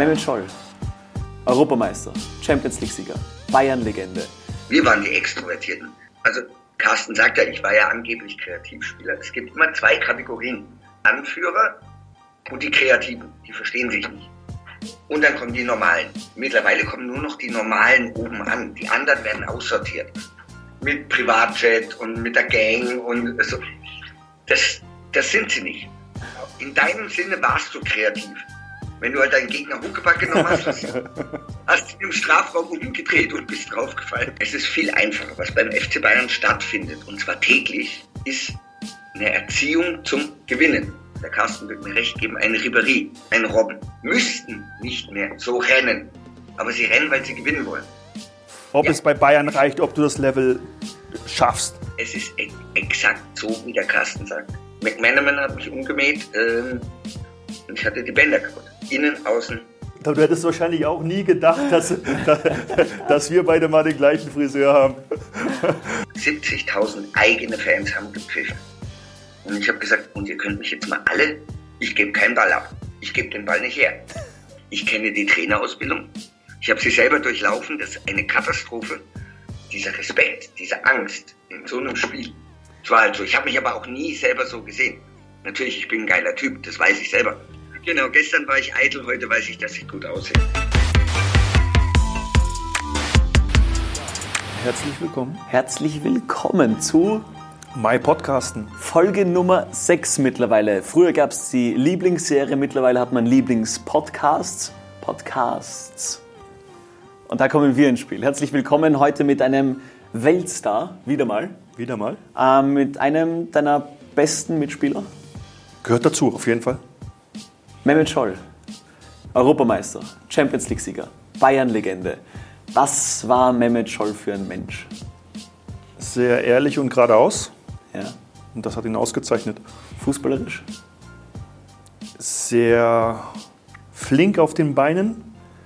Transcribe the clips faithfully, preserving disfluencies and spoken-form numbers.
Mehmet Scholl, Europameister, Champions League-Sieger, Bayern-Legende. Wir waren die Extrovertierten. Also Carsten sagt ja, ich war ja angeblich Kreativspieler. Es gibt immer zwei Kategorien. Anführer und die Kreativen. Die verstehen sich nicht. Und dann kommen die Normalen. Mittlerweile kommen nur noch die Normalen oben an. Die anderen werden aussortiert. Mit Privatjet und mit der Gang und so. Das, das sind sie nicht. In deinem Sinne warst du kreativ. Wenn du halt deinen Gegner Huckepack genommen hast, hast, hast du im Strafraum umgedreht und bist draufgefallen. Es ist viel einfacher. Was beim F C Bayern stattfindet, und zwar täglich, ist eine Erziehung zum Gewinnen. Der Carsten wird mir recht geben, ein Ribéry, ein Robben, müssten nicht mehr so rennen. Aber sie rennen, weil sie gewinnen wollen. Ob Ja. es bei Bayern reicht, ob du das Level schaffst. Es ist e- exakt so, wie der Carsten sagt. McManaman hat mich umgemäht ähm, und ich hatte die Bänder kaputt. Innen, außen. Du hättest wahrscheinlich auch nie gedacht, dass, dass wir beide mal den gleichen Friseur haben. siebzigtausend eigene Fans haben gepfiffen. Und ich habe gesagt, und ihr könnt mich jetzt mal alle, ich gebe keinen Ball ab. Ich gebe den Ball nicht her. Ich kenne die Trainerausbildung. Ich habe sie selber durchlaufen. Das ist eine Katastrophe. Dieser Respekt, diese Angst in so einem Spiel. Es war halt so. Ich habe mich aber auch nie selber so gesehen. Natürlich, ich bin ein geiler Typ, das weiß ich selber. Genau, gestern war ich eitel, heute weiß ich, dass ich gut aussehe. Herzlich willkommen. Herzlich willkommen zu My Podcasten. Folge Nummer sechs mittlerweile. Früher gab es die Lieblingsserie, mittlerweile hat man Lieblingspodcasts. Podcasts. Und da kommen wir ins Spiel. Herzlich willkommen heute mit einem Weltstar, wieder mal. Wieder mal. Äh, mit einem deiner besten Mitspieler. Gehört dazu, auf jeden Fall. Mehmet Scholl, Europameister, Champions League-Sieger, Bayern-Legende. Was war Mehmet Scholl für ein Mensch? Sehr ehrlich und geradeaus. Ja. Und das hat ihn ausgezeichnet. Fußballerisch? Sehr flink auf den Beinen.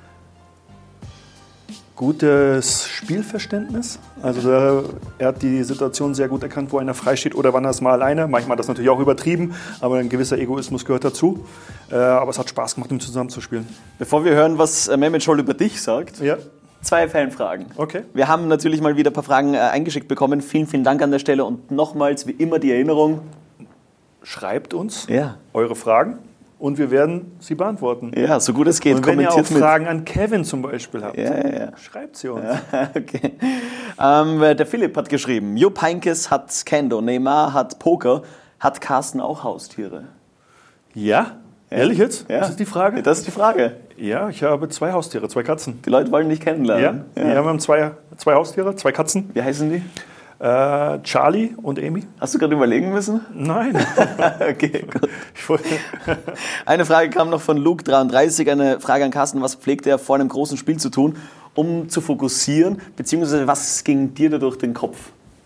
Gutes Spielverständnis. Also er, er hat die Situation sehr gut erkannt, wo einer frei steht oder wann er es mal alleine. Manchmal das natürlich auch übertrieben, aber ein gewisser Egoismus gehört dazu. Äh, aber es hat Spaß gemacht, ihm zusammenzuspielen. Bevor wir hören, was Mehmet Scholl über dich sagt, Ja, zwei Fanfragen. okay. Wir haben natürlich mal wieder ein paar Fragen äh, eingeschickt bekommen. Vielen, vielen Dank an der Stelle und nochmals wie immer die Erinnerung. Schreibt uns Ja. eure Fragen und wir werden sie beantworten. Ja, so gut es geht. Und wenn ihr auch Kommentiert mit. Fragen an Kevin zum Beispiel habt, Ja, ja, ja. schreibt sie uns. Okay. Ähm, der Philipp hat geschrieben, Jupp Heynckes hat Scando, Neymar hat Poker, hat Carsten auch Haustiere? Ja? Ehrlich jetzt? Ja. Das ist die Frage? Das ist die Frage. Ja, ich habe zwei Haustiere, zwei Katzen. Die Leute wollen dich Ja, kennenlernen. ja. wir haben zwei, zwei Haustiere, zwei Katzen. Wie heißen die? Äh, Charlie und Amy. Hast du gerade überlegen müssen? Nein. Okay, gut. Ich wollte- Eine Frage kam noch von Luke dreiunddreißig, eine Frage an Carsten, was pflegt er vor einem großen Spiel zu tun, um zu fokussieren, beziehungsweise was ging dir da durch den Kopf?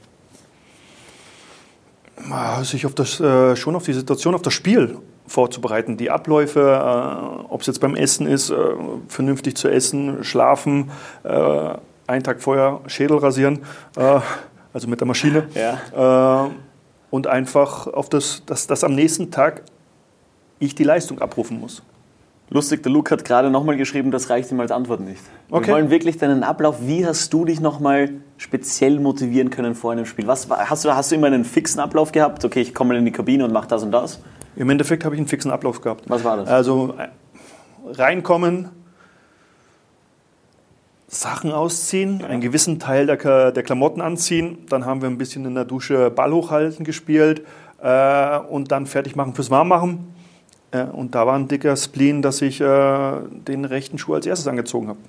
Sich auf das, äh, schon auf die Situation, auf das Spiel vorzubereiten. Die Abläufe, äh, ob es jetzt beim Essen ist, äh, vernünftig zu essen, schlafen, äh, einen Tag vorher Schädel rasieren, äh, also mit der Maschine. Ja. Äh, und einfach auf das, dass, dass am nächsten Tag ich die Leistung abrufen muss. Lustig, der Luke hat gerade nochmal geschrieben, das reicht ihm als Antwort nicht. Okay. Wir wollen wirklich deinen Ablauf, wie hast du dich nochmal speziell motivieren können vor einem Spiel? Was, war- hast, du, hast du immer einen fixen Ablauf gehabt? Okay, ich komme mal in die Kabine und mache das und das. Im Endeffekt habe ich einen fixen Ablauf gehabt. Was war das? Also äh, reinkommen, Sachen ausziehen, einen gewissen Teil der, Ka- der Klamotten anziehen. Dann haben wir ein bisschen in der Dusche Ball hochhalten gespielt äh, und dann fertig machen fürs Warmmachen. Äh, und da war ein dicker Spleen, dass ich äh, den rechten Schuh als erstes angezogen habe.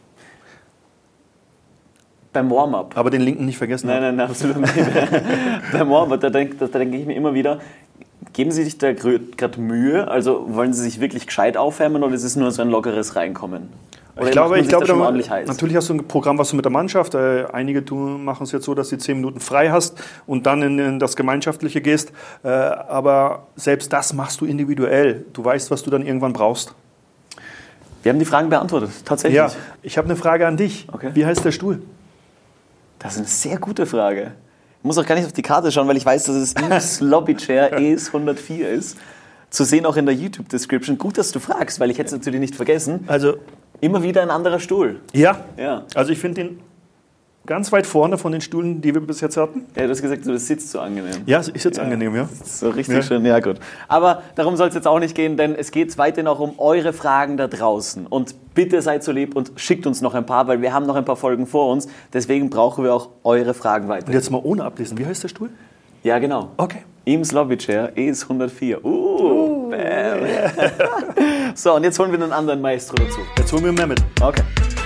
Beim Warm-up. Aber den linken nicht vergessen Nein, habe. nein, nein, absolut nicht. Beim Warm-up, da denke da denk ich mir immer wieder, geben Sie sich da gerade Mühe? Also wollen Sie sich wirklich gescheit aufwärmen oder ist es nur so ein lockeres Reinkommen? Oder Ich glaube, macht man ich sich glaube da schon da- ordentlich heiß? natürlich hast du ein Programm, was du mit der Mannschaft, äh, einige tun, machen es jetzt so, dass du zehn Minuten frei hast und dann in, in das Gemeinschaftliche gehst, äh, aber selbst das machst du individuell. Du weißt, was du dann irgendwann brauchst. Wir haben die Fragen beantwortet, tatsächlich. Ja, ich habe eine Frage an dich. Okay. Wie heißt der Stuhl? Das ist eine sehr gute Frage. Ich muss auch gar nicht auf die Karte schauen, weil ich weiß, dass es Eves Lobby Chair E S hundertvier ist. Zu sehen auch in der YouTube-Description. Gut, dass du fragst, weil ich hätte es natürlich nicht vergessen. Also Immer wieder ein anderer Stuhl. Ja, Ja. also ich finde den ganz weit vorne von den Stühlen, die wir bis jetzt hatten. Ja, du hast gesagt, du sitzt so angenehm. Ja, ist jetzt angenehm, ja. So richtig Ja. schön, ja gut. Aber darum soll es jetzt auch nicht gehen, denn es geht weiterhin auch um eure Fragen da draußen. Und bitte seid so lieb und schickt uns noch ein paar, weil wir haben noch ein paar Folgen vor uns. Deswegen brauchen wir auch eure Fragen Und weiter. jetzt mal ohne ablesen. Wie heißt der Stuhl? Ja, genau. Okay. Eames Lobby Chair, E S hundertvier. Uh, bam. So, und jetzt holen wir einen anderen Maestro dazu. Jetzt holen wir mehr mit. Okay.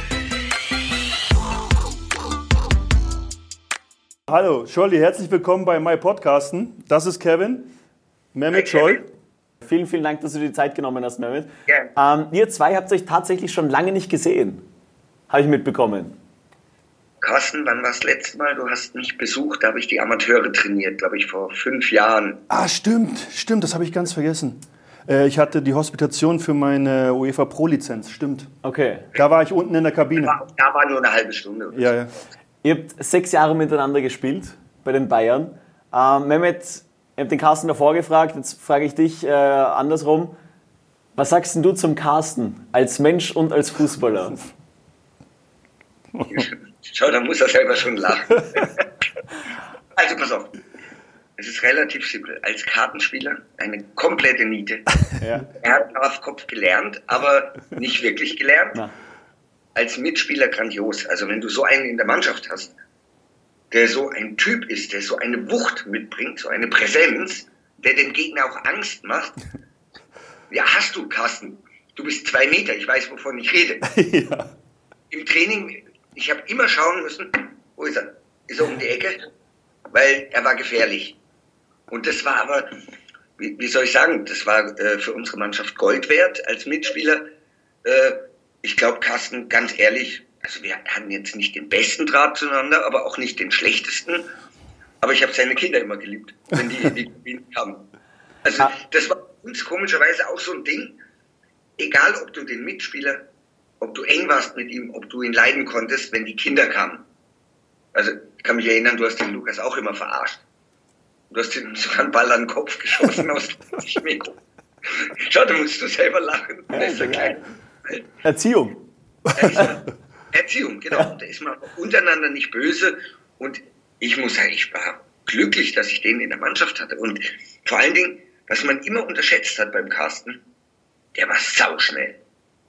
Hallo, Scholli, herzlich willkommen bei My Podcasten. Das ist Kevin, Mehmet Hi, Scholl. Kevin. Vielen, vielen Dank, dass du dir die Zeit genommen hast, Mehmet. Gern. Ähm, ihr zwei habt euch tatsächlich schon lange nicht gesehen. Habe ich mitbekommen. Carsten, wann war das letzte Mal? Du hast mich besucht, da habe ich die Amateure trainiert, glaube ich, vor fünf Jahren. Ah, stimmt, stimmt, das habe ich ganz vergessen. Äh, ich hatte die Hospitation für meine UEFA Pro-Lizenz, stimmt. Okay. Da war ich unten in der Kabine. Da, da war nur eine halbe Stunde. Ja, ja. Ihr habt sechs Jahre miteinander gespielt bei den Bayern. Ähm, Mehmet, ich habe den Carsten davor gefragt, jetzt frage ich dich äh, andersrum. Was sagst denn du zum Carsten als Mensch und als Fußballer? Schau, da muss er selber schon lachen. Also pass auf, es ist relativ simpel. Als Kartenspieler eine komplette Niete. Ja. Er hat auf Kopf gelernt, aber nicht wirklich gelernt. Na. Als Mitspieler grandios. Also wenn du so einen in der Mannschaft hast, der so ein Typ ist, der so eine Wucht mitbringt, so eine Präsenz, der dem Gegner auch Angst macht. Ja, hast du, Carsten. Du bist zwei Meter, ich weiß, wovon ich rede. Ja. Im Training, ich habe immer schauen müssen, wo ist er? Ist er um die Ecke? Weil er war gefährlich. Und das war aber, wie, wie soll ich sagen, das war äh, für unsere Mannschaft Gold wert als Mitspieler. Äh, ich glaube, Carsten, ganz ehrlich, also wir hatten jetzt nicht den besten Draht zueinander, aber auch nicht den schlechtesten. Aber ich habe seine Kinder immer geliebt, wenn die in die Kabine kamen. Also Ah. das war für uns komischerweise auch so ein Ding. Egal, ob du den Mitspieler, ob du eng warst mit ihm, ob du ihn leiden konntest, wenn die Kinder kamen. Also ich kann mich erinnern, du hast den Lukas auch immer verarscht. Du hast ihm sogar einen Ball an den Kopf geschossen aus zwanzig Meter. Schau, da musst du selber lachen. Ja, Das ist ja ja. klein. Erziehung. Da ist man, Erziehung, genau. Da ist man untereinander nicht böse. Und ich muss sagen, ich war glücklich, dass ich den in der Mannschaft hatte. Und vor allen Dingen, was man immer unterschätzt hat beim Carsten, der war sauschnell.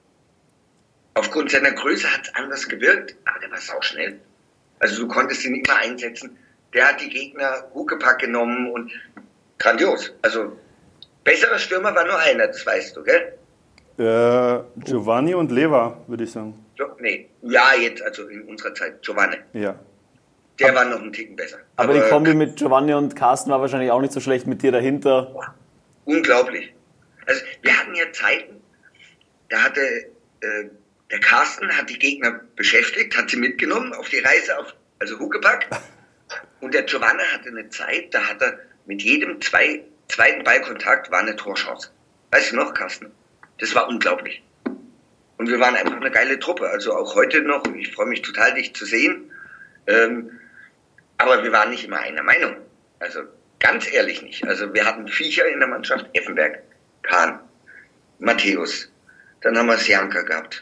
Aufgrund seiner Größe hat es anders gewirkt, aber der war sauschnell. Also du konntest ihn immer einsetzen. Der hat die Gegner Huckepack genommen und grandios. Also besserer Stürmer war nur einer, das weißt du, gell? Äh, Giovanni und Leva, würde ich sagen. Jo, nee, ja, jetzt, also in unserer Zeit, Giovanni. Ja. Der war noch einen Ticken besser. Aber die Kombi mit Giovanni und Carsten war wahrscheinlich auch nicht so schlecht mit dir dahinter. Boah, unglaublich. Also wir hatten ja Zeiten, da hatte äh, der Carsten hat die Gegner beschäftigt, hat sie mitgenommen auf die Reise, auf, also Huckepack. Und der Giovanni hatte eine Zeit, da hat er mit jedem zwei, zweiten Ballkontakt war eine Torchance. Weißt du noch, Carsten? Das war unglaublich. Und wir waren einfach eine geile Truppe. Also auch heute noch, ich freue mich total, dich zu sehen. Ähm, aber wir waren nicht immer einer Meinung. Also ganz ehrlich nicht. Also wir hatten Viecher in der Mannschaft, Effenberg, Kahn, Matthäus. Dann haben wir Sianka gehabt.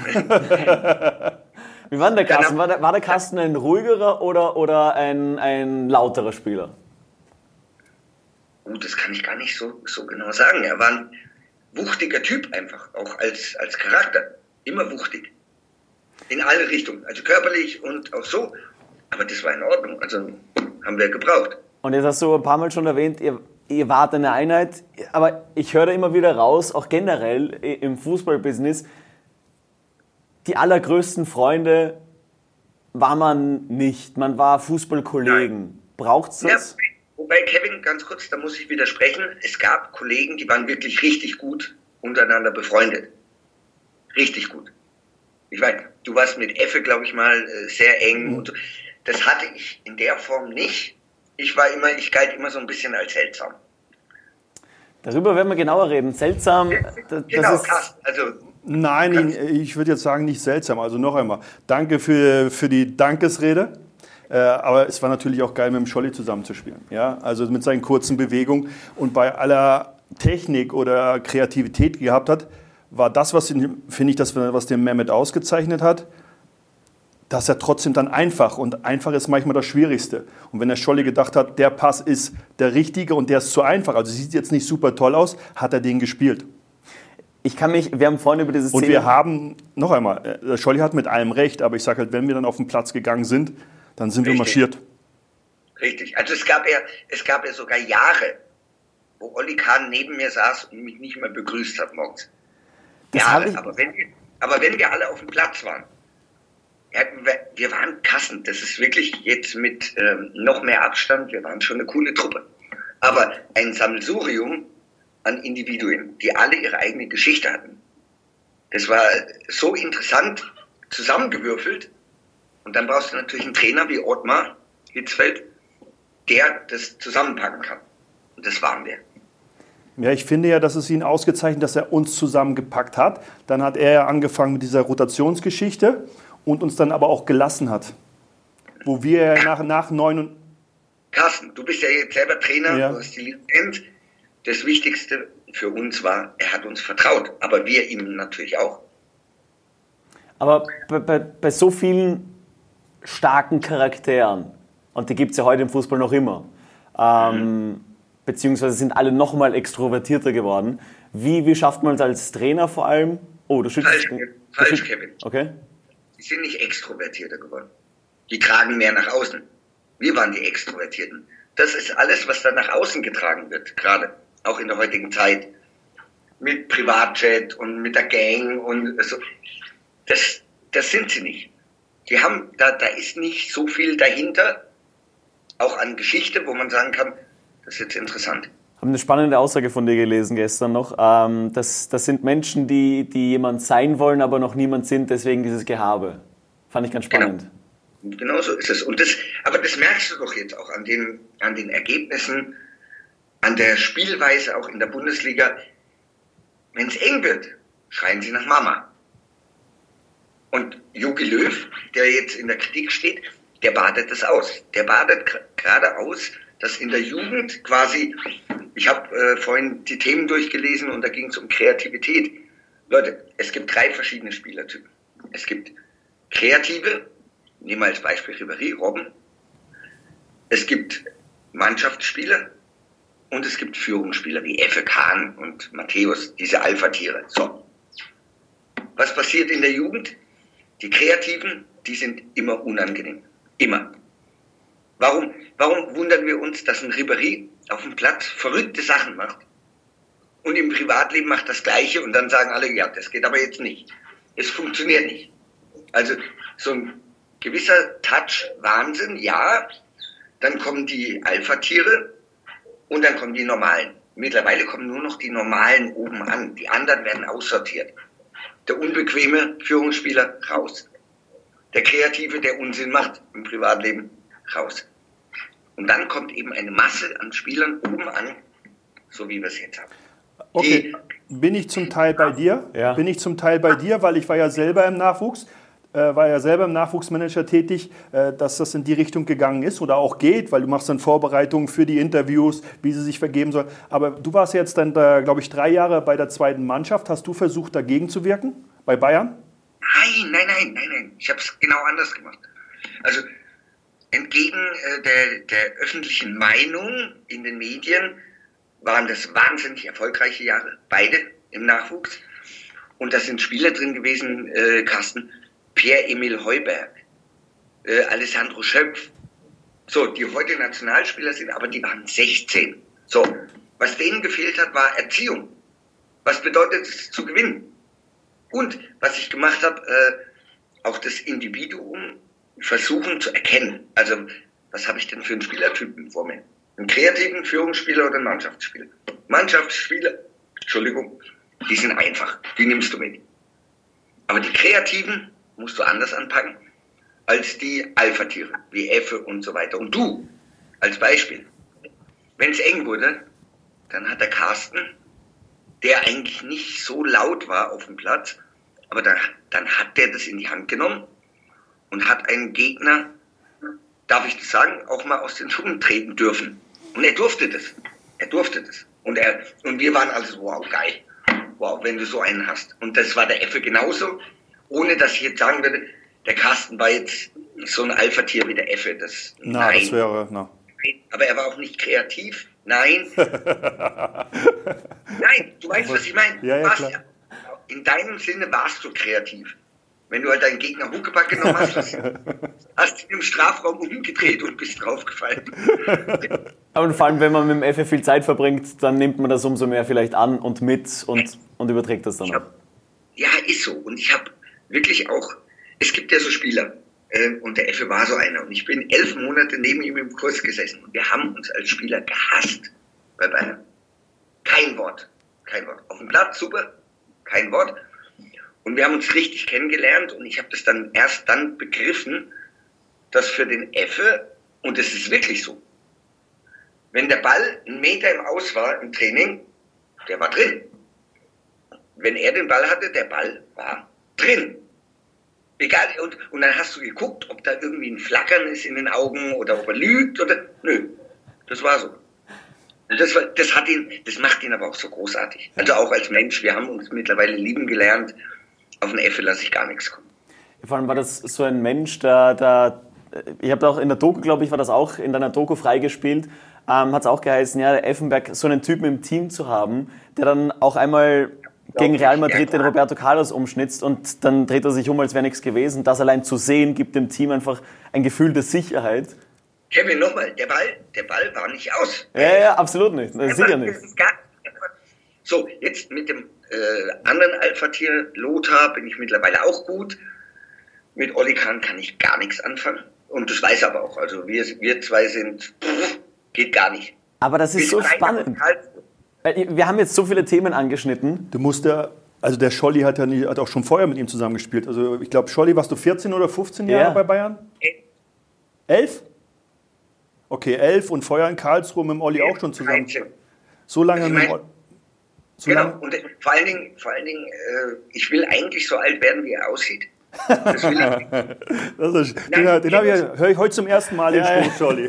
Wie war denn der Carsten? War der, war der Carsten ein ruhigerer oder, oder ein, ein lauterer Spieler? Gut, das kann ich gar nicht so, so genau sagen. Er war ein wuchtiger Typ einfach, auch als, als Charakter. Immer wuchtig. In alle Richtungen. Also körperlich und auch so. Aber das war in Ordnung. Also haben wir gebraucht. Und jetzt hast du ein paar Mal schon erwähnt, ihr, ihr wart eine Einheit. Aber ich höre immer wieder raus, auch generell im Fußballbusiness, die allergrößten Freunde war man nicht. Man war Fußballkollegen. Braucht's das? Ja, wobei, Kevin, ganz kurz, da muss ich widersprechen. Es gab Kollegen, die waren wirklich richtig gut untereinander befreundet. Richtig gut. Ich meine, du warst mit Effe, glaube ich mal, sehr eng. Mhm. Und so. Das hatte ich in der Form nicht. Ich war immer, ich galt immer so ein bisschen als seltsam. Darüber werden wir genauer reden. Seltsam, das, genau, das ist... Carsten, also... Nein, ich, ich würde jetzt sagen, nicht seltsam. Also noch einmal, danke für, für die Dankesrede. Äh, aber es war natürlich auch geil, mit dem Scholli zusammenzuspielen. Ja? Also mit seinen kurzen Bewegungen. Und bei aller Technik oder Kreativität, die er gehabt hat, war das, was ihn, finde ich, das, was den Mehmet ausgezeichnet hat, dass er trotzdem dann einfach, und einfach ist manchmal das Schwierigste. Und wenn der Scholli gedacht hat, der Pass ist der richtige und der ist zu einfach, also sieht jetzt nicht super toll aus, hat er den gespielt. Ich kann mich, wir haben vorhin über dieses Und Thema... wir haben, noch einmal, der Scholli hat mit allem recht, aber ich sage halt, wenn wir dann auf den Platz gegangen sind, dann sind Richtig. wir marschiert. Richtig. Also es gab ja, es gab ja sogar Jahre, wo Olli Kahn neben mir saß und mich nicht mehr begrüßt hat morgens. Das Jahre. ich... Aber, wenn wir, aber wenn wir alle auf dem Platz waren, ja, wir waren Kassen. Das ist wirklich jetzt mit ähm, noch mehr Abstand, wir waren schon eine coole Truppe. Aber ein Sammelsurium an Individuen, die alle ihre eigene Geschichte hatten. Das war so interessant zusammengewürfelt. Und dann brauchst du natürlich einen Trainer wie Ottmar Hitzfeld, der das zusammenpacken kann. Und das waren wir. Ja, ich finde ja, dass es ihn ausgezeichnet, dass er uns zusammengepackt hat. Dann hat er ja angefangen mit dieser Rotationsgeschichte und uns dann aber auch gelassen hat. Wo wir ja nach, nach neun und... Carsten, du bist ja jetzt selber Trainer, Ja. du hast die Lizenz. Das Wichtigste für uns war, er hat uns vertraut, aber wir ihm natürlich auch. Aber bei, bei, bei so vielen starken Charakteren, und die gibt es ja heute im Fußball noch immer, ähm, mhm. beziehungsweise sind alle noch mal extrovertierter geworden. Wie, wie schafft man es als Trainer vor allem? Oh, du schüttelst... Falsch, falsch Kevin. Okay. Die sind nicht extrovertierter geworden. Die tragen mehr nach außen. Wir waren die Extrovertierten. Das ist alles, was dann nach außen getragen wird, gerade auch in der heutigen Zeit. Mit Privatjet und mit der Gang und so. Das, das sind sie nicht. Die haben, da, da ist nicht so viel dahinter, auch an Geschichte, wo man sagen kann, das ist jetzt interessant. Ich habe eine spannende Aussage von dir gelesen gestern noch. Ähm, das, das sind Menschen, die, die jemand sein wollen, aber noch niemand sind, deswegen dieses Gehabe. Fand ich ganz spannend. Genau, genau so ist es. Und das, aber das merkst du doch jetzt auch an den, an den Ergebnissen, an der Spielweise auch in der Bundesliga. Wenn es eng wird, schreien sie nach Mama. Und Jogi Löw, der jetzt in der Kritik steht, der badet das aus. Der badet gerade aus, dass in der Jugend quasi, ich habe äh, vorhin die Themen durchgelesen und da ging es um Kreativität. Leute, es gibt drei verschiedene Spielertypen. Es gibt Kreative, nehmen wir als Beispiel Ribéry, Robben. Es gibt Mannschaftsspieler und es gibt Führungsspieler wie Effe Kahn und Matthäus, diese Alpha-Tiere. So. Was passiert in der Jugend? Die Kreativen, die sind immer unangenehm. Immer. Warum, warum wundern wir uns, dass ein Ribéry auf dem Platz verrückte Sachen macht und im Privatleben macht das Gleiche und dann sagen alle, ja, das geht aber jetzt nicht. Es funktioniert nicht. Also so ein gewisser Touch Wahnsinn, ja, dann kommen die Alpha-Tiere und dann kommen die Normalen. Mittlerweile kommen nur noch die Normalen oben an. Die anderen werden aussortiert. Der unbequeme Führungsspieler, raus. Der Kreative, der Unsinn macht im Privatleben, raus. Und dann kommt eben eine Masse an Spielern oben an, so wie wir es jetzt haben. Okay, bin ich zum Teil bei dir? Ja. Bin ich zum Teil bei dir, weil ich war ja selber im Nachwuchs, äh, war ja selber im Nachwuchsmanager tätig, äh, dass das in die Richtung gegangen ist oder auch geht, weil du machst dann Vorbereitungen für die Interviews, wie sie sich vergeben sollen. Aber du warst jetzt dann, da, glaube ich, drei Jahre bei der zweiten Mannschaft. Hast du versucht, dagegen zu wirken bei Bayern? Nein, nein, nein, nein, nein. Ich habe es genau anders gemacht. Also entgegen äh, der, der öffentlichen Meinung in den Medien waren das wahnsinnig erfolgreiche Jahre, beide im Nachwuchs. Und da sind Spieler drin gewesen, äh, Carsten, Pierre-Emil Heuberg, äh, Alessandro Schöpf, so, die heute Nationalspieler sind, aber die waren sechzehn. So, was denen gefehlt hat, war Erziehung. Was bedeutet es zu gewinnen? Und was ich gemacht habe, äh, auch das Individuum versuchen zu erkennen. Also, was habe ich denn für einen Spielertypen vor mir? Einen kreativen Führungsspieler oder einen Mannschaftsspieler? Mannschaftsspieler, Entschuldigung, die sind einfach, die nimmst du mit. Aber die Kreativen musst du anders anpacken als die Alpha-Tiere, wie Effe und so weiter. Und du, als Beispiel, wenn es eng wurde, dann hat der Carsten, der eigentlich nicht so laut war auf dem Platz, aber dann, dann hat der das in die Hand genommen und hat einen Gegner, darf ich das sagen, auch mal aus den Schuhen treten dürfen. Und er durfte das. Er durfte das. Und, er, und wir waren also, wow, geil. wow, wenn du so einen hast. Und das war der Effe genauso, ohne dass ich jetzt sagen würde, der Carsten war jetzt so ein Alpha-Tier wie der Effe. Das, na, nein. das wäre, na. Aber er war auch nicht kreativ. Nein. Nein, du weißt, was ich meine. Ja, ja, warst, klar. In deinem Sinne warst du kreativ. Wenn du halt deinen Gegner Huckepack genommen hast, hast, hast du im Strafraum umgedreht und bist draufgefallen. Aber vor allem, wenn man mit dem Effe viel Zeit verbringt, dann nimmt man das umso mehr vielleicht an und mit und, und überträgt das dann Ich auch. hab, ja, ist so. Und ich habe wirklich auch, es gibt ja so Spieler, äh, und der Effe war so einer. Und ich bin elf Monate neben ihm im Kurs gesessen. Und wir haben uns als Spieler gehasst bei Bayern. Kein Wort. Kein Wort. Auf dem Platz, super, kein Wort. Und wir haben uns richtig kennengelernt. Und ich habe das dann erst dann begriffen, dass für den Effe, und es ist wirklich so, wenn der Ball einen Meter im Aus war im Training, der war drin. Wenn er den Ball hatte, der Ball war drin. Egal, und, und dann hast du geguckt, ob da irgendwie ein Flackern ist in den Augen oder ob er lügt oder, nö, das war so. Und das, war, das, hat ihn, das macht ihn aber auch so großartig. Also auch als Mensch, wir haben uns mittlerweile lieben gelernt, auf den Effe lasse ich gar nichts kommen. Vor allem war das so ein Mensch, der, der ich habe auch in der Doku, glaube ich, war das auch in deiner Doku freigespielt, ähm, hat es auch geheißen, ja, der Effenberg, so einen Typen im Team zu haben, der dann auch einmal gegen Real Madrid den Roberto Carlos umschnitzt und dann dreht er sich um, als wäre nichts gewesen. Das allein zu sehen, gibt dem Team einfach ein Gefühl der Sicherheit. Kevin, nochmal, der Ball, der Ball war nicht aus. Ja, ja, absolut nicht, das ist sicher nicht. So, jetzt mit dem äh, anderen Alpha-Tier, Lothar, bin ich mittlerweile auch gut. Mit Oli Kahn kann ich gar nichts anfangen. Und das weiß er aber auch. Also wir, wir zwei sind, pff, geht gar nicht. Aber das ist so spannend. Wir haben jetzt so viele Themen angeschnitten. Du musst ja, also der Scholli hat ja nie, hat auch schon vorher mit ihm zusammengespielt. Also ich glaube, Scholli, warst du vierzehn oder fünfzehn Jahre Ja. bei Bayern? elf? Okay, elf und vorher in Karlsruhe mit dem Olli auch schon zusammen. So lange Ich mit dem mein- Olli. So Genau, lange? und äh, vor allen Dingen, vor allen Dingen äh, ich will eigentlich so alt werden, wie er aussieht. Das will ich. Das ist, Nein, den den habe ich, ja. höre ich heute zum ersten Mal, den Ja, ja. Spruch, Scholli.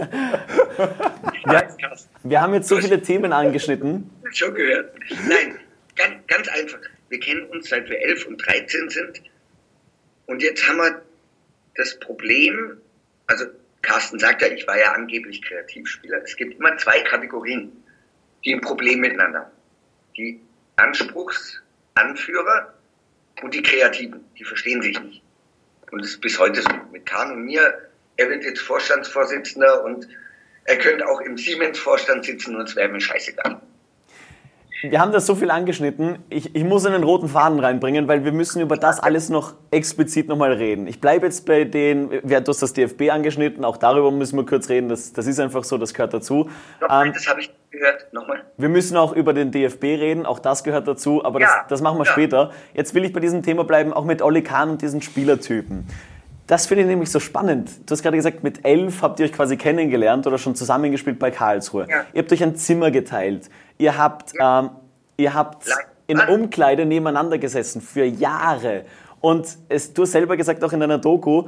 Ja, wir haben jetzt so viele Themen angeschnitten. Schon gehört. Nein, ganz, ganz einfach. Wir kennen uns seit wir elf und dreizehn sind. Und jetzt haben wir das Problem, also Carsten sagt ja, ich war ja angeblich Kreativspieler. Es gibt immer zwei Kategorien, die ein Problem miteinander haben. Die Anspruchsanführer und die Kreativen. Die verstehen sich nicht. Und das ist bis heute so. Mit Kahn und mir, er wird jetzt Vorstandsvorsitzender und er könnte auch im Siemens-Vorstand sitzen und es wäre mir scheißegal. Wir haben das so viel angeschnitten. Ich, ich muss einen roten Faden reinbringen, weil wir müssen über das alles noch explizit nochmal reden. Ich bleibe jetzt bei den, du hast das D F B angeschnitten, auch darüber müssen wir kurz reden. Das, das ist einfach so, das gehört dazu. Nochmal, Ähm, das habe ich gehört. Nochmal. wir müssen auch über den D F B reden, auch das gehört dazu, aber das, Ja, das machen wir ja. später. Jetzt will ich bei diesem Thema bleiben, auch mit Oli Kahn und diesen Spielertypen. Das finde ich nämlich so spannend. Du hast gerade gesagt, mit elf habt ihr euch quasi kennengelernt oder schon zusammengespielt bei Karlsruhe. Ja. Ihr habt euch ein Zimmer geteilt. Ihr habt, ähm, ihr habt Leid. in Umkleide nebeneinander gesessen für Jahre. Und es, du hast selber gesagt, auch in deiner Doku,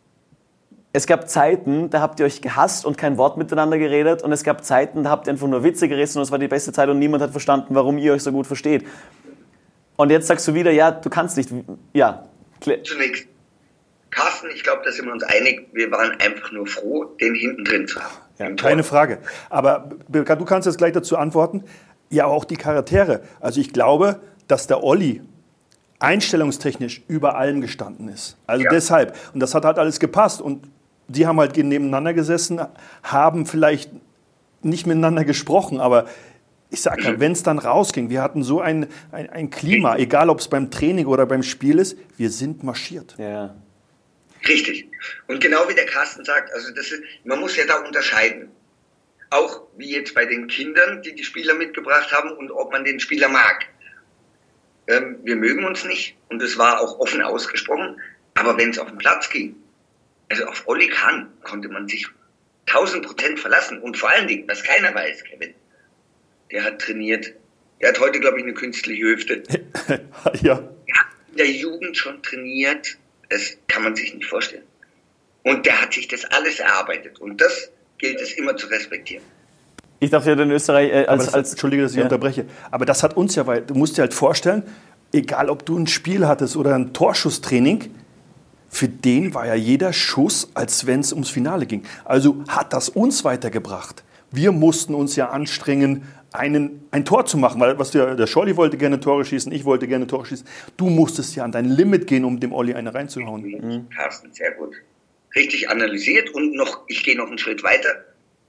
es gab Zeiten, da habt ihr euch gehasst und kein Wort miteinander geredet. Und es gab Zeiten, da habt ihr einfach nur Witze gerissen und es war die beste Zeit und niemand hat verstanden, warum ihr euch so gut versteht. Und jetzt sagst du wieder, ja, du kannst nicht. Ja, klar. Zunächst, Carsten, ich glaube, da sind wir uns einig, wir waren einfach nur froh, den hinten drin zu haben. Ja, Im Tor. keine Frage. Aber Birka, du kannst jetzt gleich dazu antworten. Ja, auch die Charaktere. Also ich glaube, dass der Olli einstellungstechnisch über allem gestanden ist. Also Ja. deshalb. Und das hat halt alles gepasst. Und die haben halt nebeneinander gesessen, haben vielleicht nicht miteinander gesprochen, aber ich sage ja, wenn es dann rausging, wir hatten so ein, ein, ein Klima, egal ob es beim Training oder beim Spiel ist, wir sind marschiert. Ja. Richtig. Und genau wie der Carsten sagt, also das ist, man muss ja da unterscheiden. Auch wie jetzt bei den Kindern, die die Spieler mitgebracht haben und ob man den Spieler mag. Ähm, wir mögen uns nicht und es war auch offen ausgesprochen, aber wenn es auf den Platz ging, also auf Oli Kahn konnte man sich tausend Prozent verlassen und vor allen Dingen, was keiner weiß, Kevin, der hat trainiert, der hat heute, glaube ich, eine künstliche Hüfte. Ja. Der hat in der Jugend schon trainiert, das kann man sich nicht vorstellen. Und der hat sich das alles erarbeitet und das gilt es immer zu respektieren. Ich darf ja in Österreich äh, als, das, als... Entschuldige, dass ich ja. unterbreche. Aber das hat uns ja, weil du musst dir halt vorstellen, egal ob du ein Spiel hattest oder ein Torschusstraining, für den war ja jeder Schuss, als wenn es ums Finale ging. Also hat das uns weitergebracht. Wir mussten uns ja anstrengen, einen, ein Tor zu machen, weil was der, der Scholli wollte gerne Tore schießen, ich wollte gerne Tore schießen. Du musstest ja an dein Limit gehen, um dem Olli eine reinzuhauen. Mhm. Carsten, sehr gut. Richtig analysiert und noch, ich gehe noch einen Schritt weiter.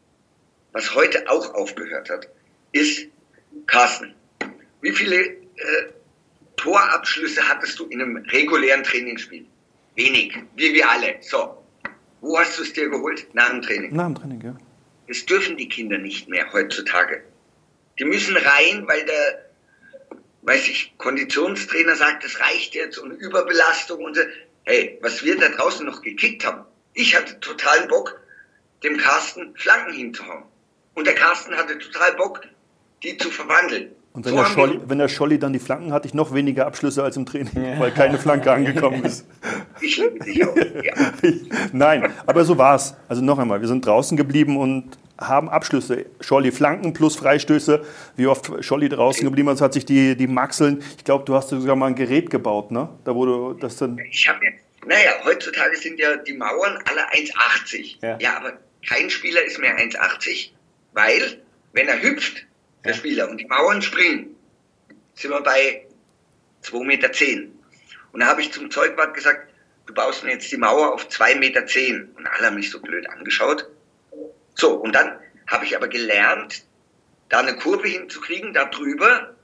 Was heute auch aufgehört hat, ist, Carsten, wie viele äh, Torabschlüsse hattest du in einem regulären Trainingsspiel? Wenig, wie wir alle. So, wo hast du es dir geholt? Nach dem Training. Nach dem Training, ja. Das dürfen die Kinder nicht mehr heutzutage. Die müssen rein, weil der, weiß ich, Konditionstrainer sagt, das reicht jetzt und Überbelastung und so. Hey, was wir da draußen noch gekickt haben. Ich hatte totalen Bock, dem Carsten Flanken hinzuhauen. Und der Carsten hatte total Bock, die zu verwandeln. Und wenn, so der Scholli, wenn der Scholli dann die Flanken hatte, ich noch weniger Abschlüsse als im Training, ja. weil keine Flanke angekommen ist. Ich liebe dich auch. Ja. Nein, aber so war's. Also noch einmal, wir sind draußen geblieben und haben Abschlüsse. Scholli Flanken plus Freistöße. Wie oft Scholli draußen geblieben ist, hat sich die, die Maxeln. Ich glaube, du hast sogar mal ein Gerät gebaut, ne? Da wurde das dann. Ich habe jetzt, naja, heutzutage sind ja die Mauern alle eins achtzig. Ja. ja, aber kein Spieler ist mehr eins achtzig, weil, wenn er hüpft, der ja. Spieler, und die Mauern springen, sind wir bei zwei Meter zehn. Und da habe ich zum Zeugwart gesagt, du baust mir jetzt die Mauer auf zwei Meter zehn. Und alle haben mich so blöd angeschaut. So, und dann habe ich aber gelernt, da eine Kurve hinzukriegen, da drüber,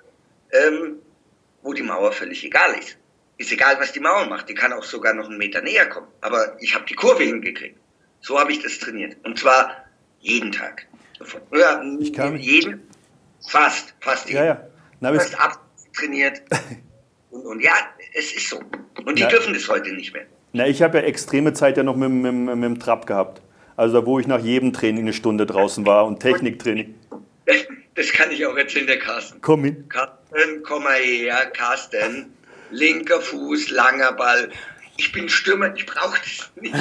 ähm, wo die Mauer völlig egal ist. Ist egal, was die Mauer macht, die kann auch sogar noch einen Meter näher kommen. Aber ich habe die Kurve hingekriegt. So habe ich das trainiert. Und zwar jeden Tag. Ja, ich kann jeden, fast, fast jeden. Ja, ja. Na, fast abtrainiert. und, und ja, es ist so. Und die Na, dürfen das heute nicht mehr. Na, ich habe ja extreme Zeit ja noch mit, mit, mit, mit dem Trab gehabt. Also wo ich nach jedem Training eine Stunde draußen war und Techniktraining. Das kann ich auch erzählen, der Carsten. Komm hin. Carsten, komm mal her, Carsten. Linker Fuß, langer Ball. Ich bin Stürmer, ich brauche das nicht.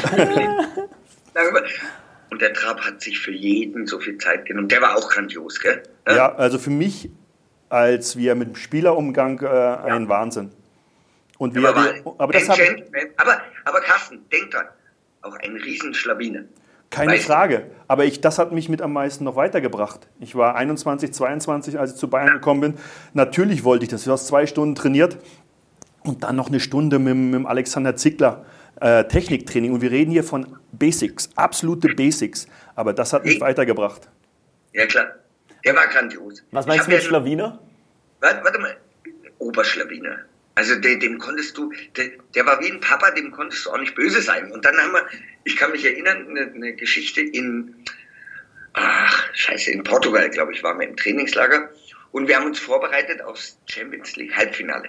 Und der Trab hat sich für jeden so viel Zeit genommen. Der war auch grandios, gell? Ja, ja, also für mich, als wir mit dem Spielerumgang, äh, ein ja. Wahnsinn. Und wir, aber, wir, aber, das aber, aber, aber Carsten, denk dran, auch ein Riesenschlawiner. Keine weißt Frage, du? aber ich, das hat mich mit am meisten noch weitergebracht. Ich war einundzwanzig, zweiundzwanzig, als ich zu Bayern ja. gekommen bin. Natürlich wollte ich das. Du hast zwei Stunden trainiert und dann noch eine Stunde mit, mit Alexander Zickler äh, Techniktraining. Und wir reden hier von Basics, absolute Basics. Aber das hat mich hey. weitergebracht. Ja klar, der war grandios. Was meinst du mit Schlawiner? Warte, warte mal, Oberschlawiner. Also dem, dem konntest du, der, der war wie ein Papa, dem konntest du auch nicht böse sein. Und dann haben wir, ich kann mich erinnern, eine, eine Geschichte in, ach scheiße, in Portugal, glaube ich, waren wir im Trainingslager. Und wir haben uns vorbereitet aufs Champions League Halbfinale.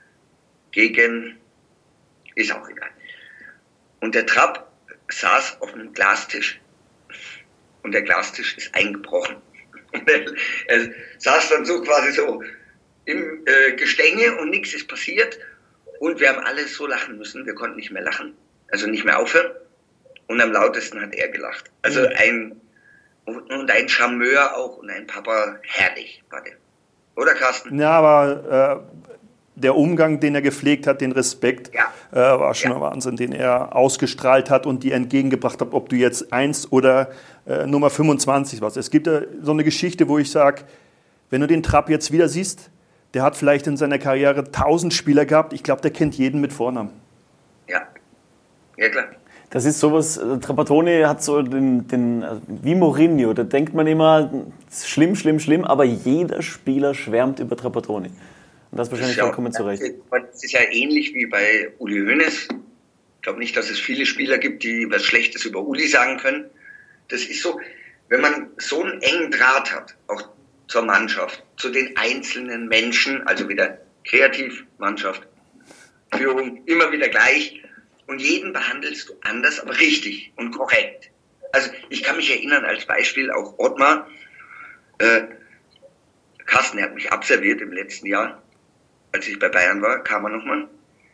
Gegen, ist auch egal. Und der Trapp saß auf einem Glastisch. Und der Glastisch ist eingebrochen. Und er, er saß dann so quasi so im äh, Gestänge und nichts ist passiert. Und wir haben alle so lachen müssen, wir konnten nicht mehr lachen. Also nicht mehr aufhören. Und am lautesten hat er gelacht. Also ein, und ein Charmeur auch und ein Papa, herrlich war der. Oder Carsten? Ja, aber äh, der Umgang, den er gepflegt hat, den Respekt, ja. äh, war schon ja. ein Wahnsinn, den er ausgestrahlt hat und dir entgegengebracht hat, ob du jetzt eins oder äh, Nummer fünfundzwanzig warst. Es gibt äh, so eine Geschichte, wo ich sage, wenn du den Trapp jetzt wieder siehst, der hat vielleicht in seiner Karriere tausend Spieler gehabt. Ich glaube, der kennt jeden mit Vornamen. Ja, ja klar. Das ist sowas, Trapattoni hat so den, den, wie Mourinho, da denkt man immer, schlimm, schlimm, schlimm, aber jeder Spieler schwärmt über Trapattoni. Und das wahrscheinlich das vollkommen zu Recht. Das ist ja ähnlich wie bei Uli Hoeneß. Ich glaube nicht, dass es viele Spieler gibt, die was Schlechtes über Uli sagen können. Das ist so, wenn man so einen engen Draht hat, auch zur Mannschaft, zu den einzelnen Menschen, also wieder kreativ, Mannschaft, Führung, immer wieder gleich. Und jeden behandelst du anders, aber richtig und korrekt. Also ich kann mich erinnern, als Beispiel auch Ottmar, äh, Carsten, er hat mich abserviert im letzten Jahr, als ich bei Bayern war, kam er nochmal.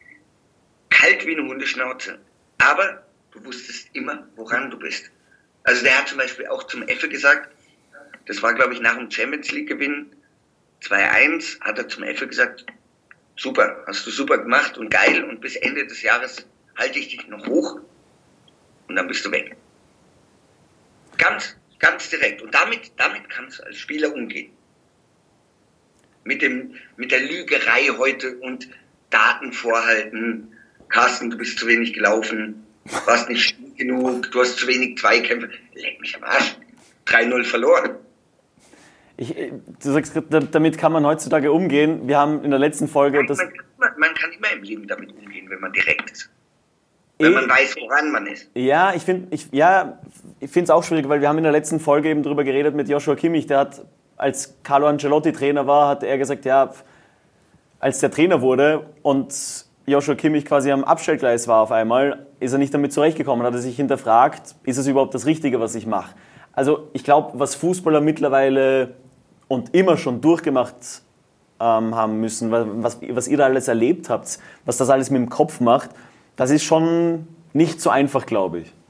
Kalt wie eine Hundeschnauze. Aber du wusstest immer, woran du bist. Also der hat zum Beispiel auch zum Effe gesagt, das war, glaube ich, nach dem Champions League-Gewinn zwei eins, hat er zum Effe gesagt, super, hast du super gemacht und geil und bis Ende des Jahres halte ich dich noch hoch und dann bist du weg. Ganz, ganz direkt. Und damit, damit kannst du als Spieler umgehen. Mit dem, mit der Lügerei heute und Daten vorhalten. Carsten, du bist zu wenig gelaufen, warst nicht genug, du hast zu wenig Zweikämpfe. Leck mich am Arsch. drei null verloren. Ich, du sagst, damit kann man heutzutage umgehen. Wir haben in der letzten Folge... Nein, das man, kann, man kann immer im Leben damit umgehen, wenn man direkt ist. Wenn man weiß, woran man ist. Ja, ich finde ich, ja, ich finde es auch schwierig, weil wir haben in der letzten Folge eben darüber geredet mit Joshua Kimmich. Der hat, als Carlo Ancelotti Trainer war, hat er gesagt, ja, als der Trainer wurde und Joshua Kimmich quasi am Abstellgleis war auf einmal, ist er nicht damit zurechtgekommen, hat er sich hinterfragt, ist es überhaupt das Richtige, was ich mache? Also ich glaube, was Fußballer mittlerweile und immer schon durchgemacht ähm, haben müssen, was, was ihr da alles erlebt habt, was das alles mit dem Kopf macht, das ist schon nicht so einfach, glaube ich.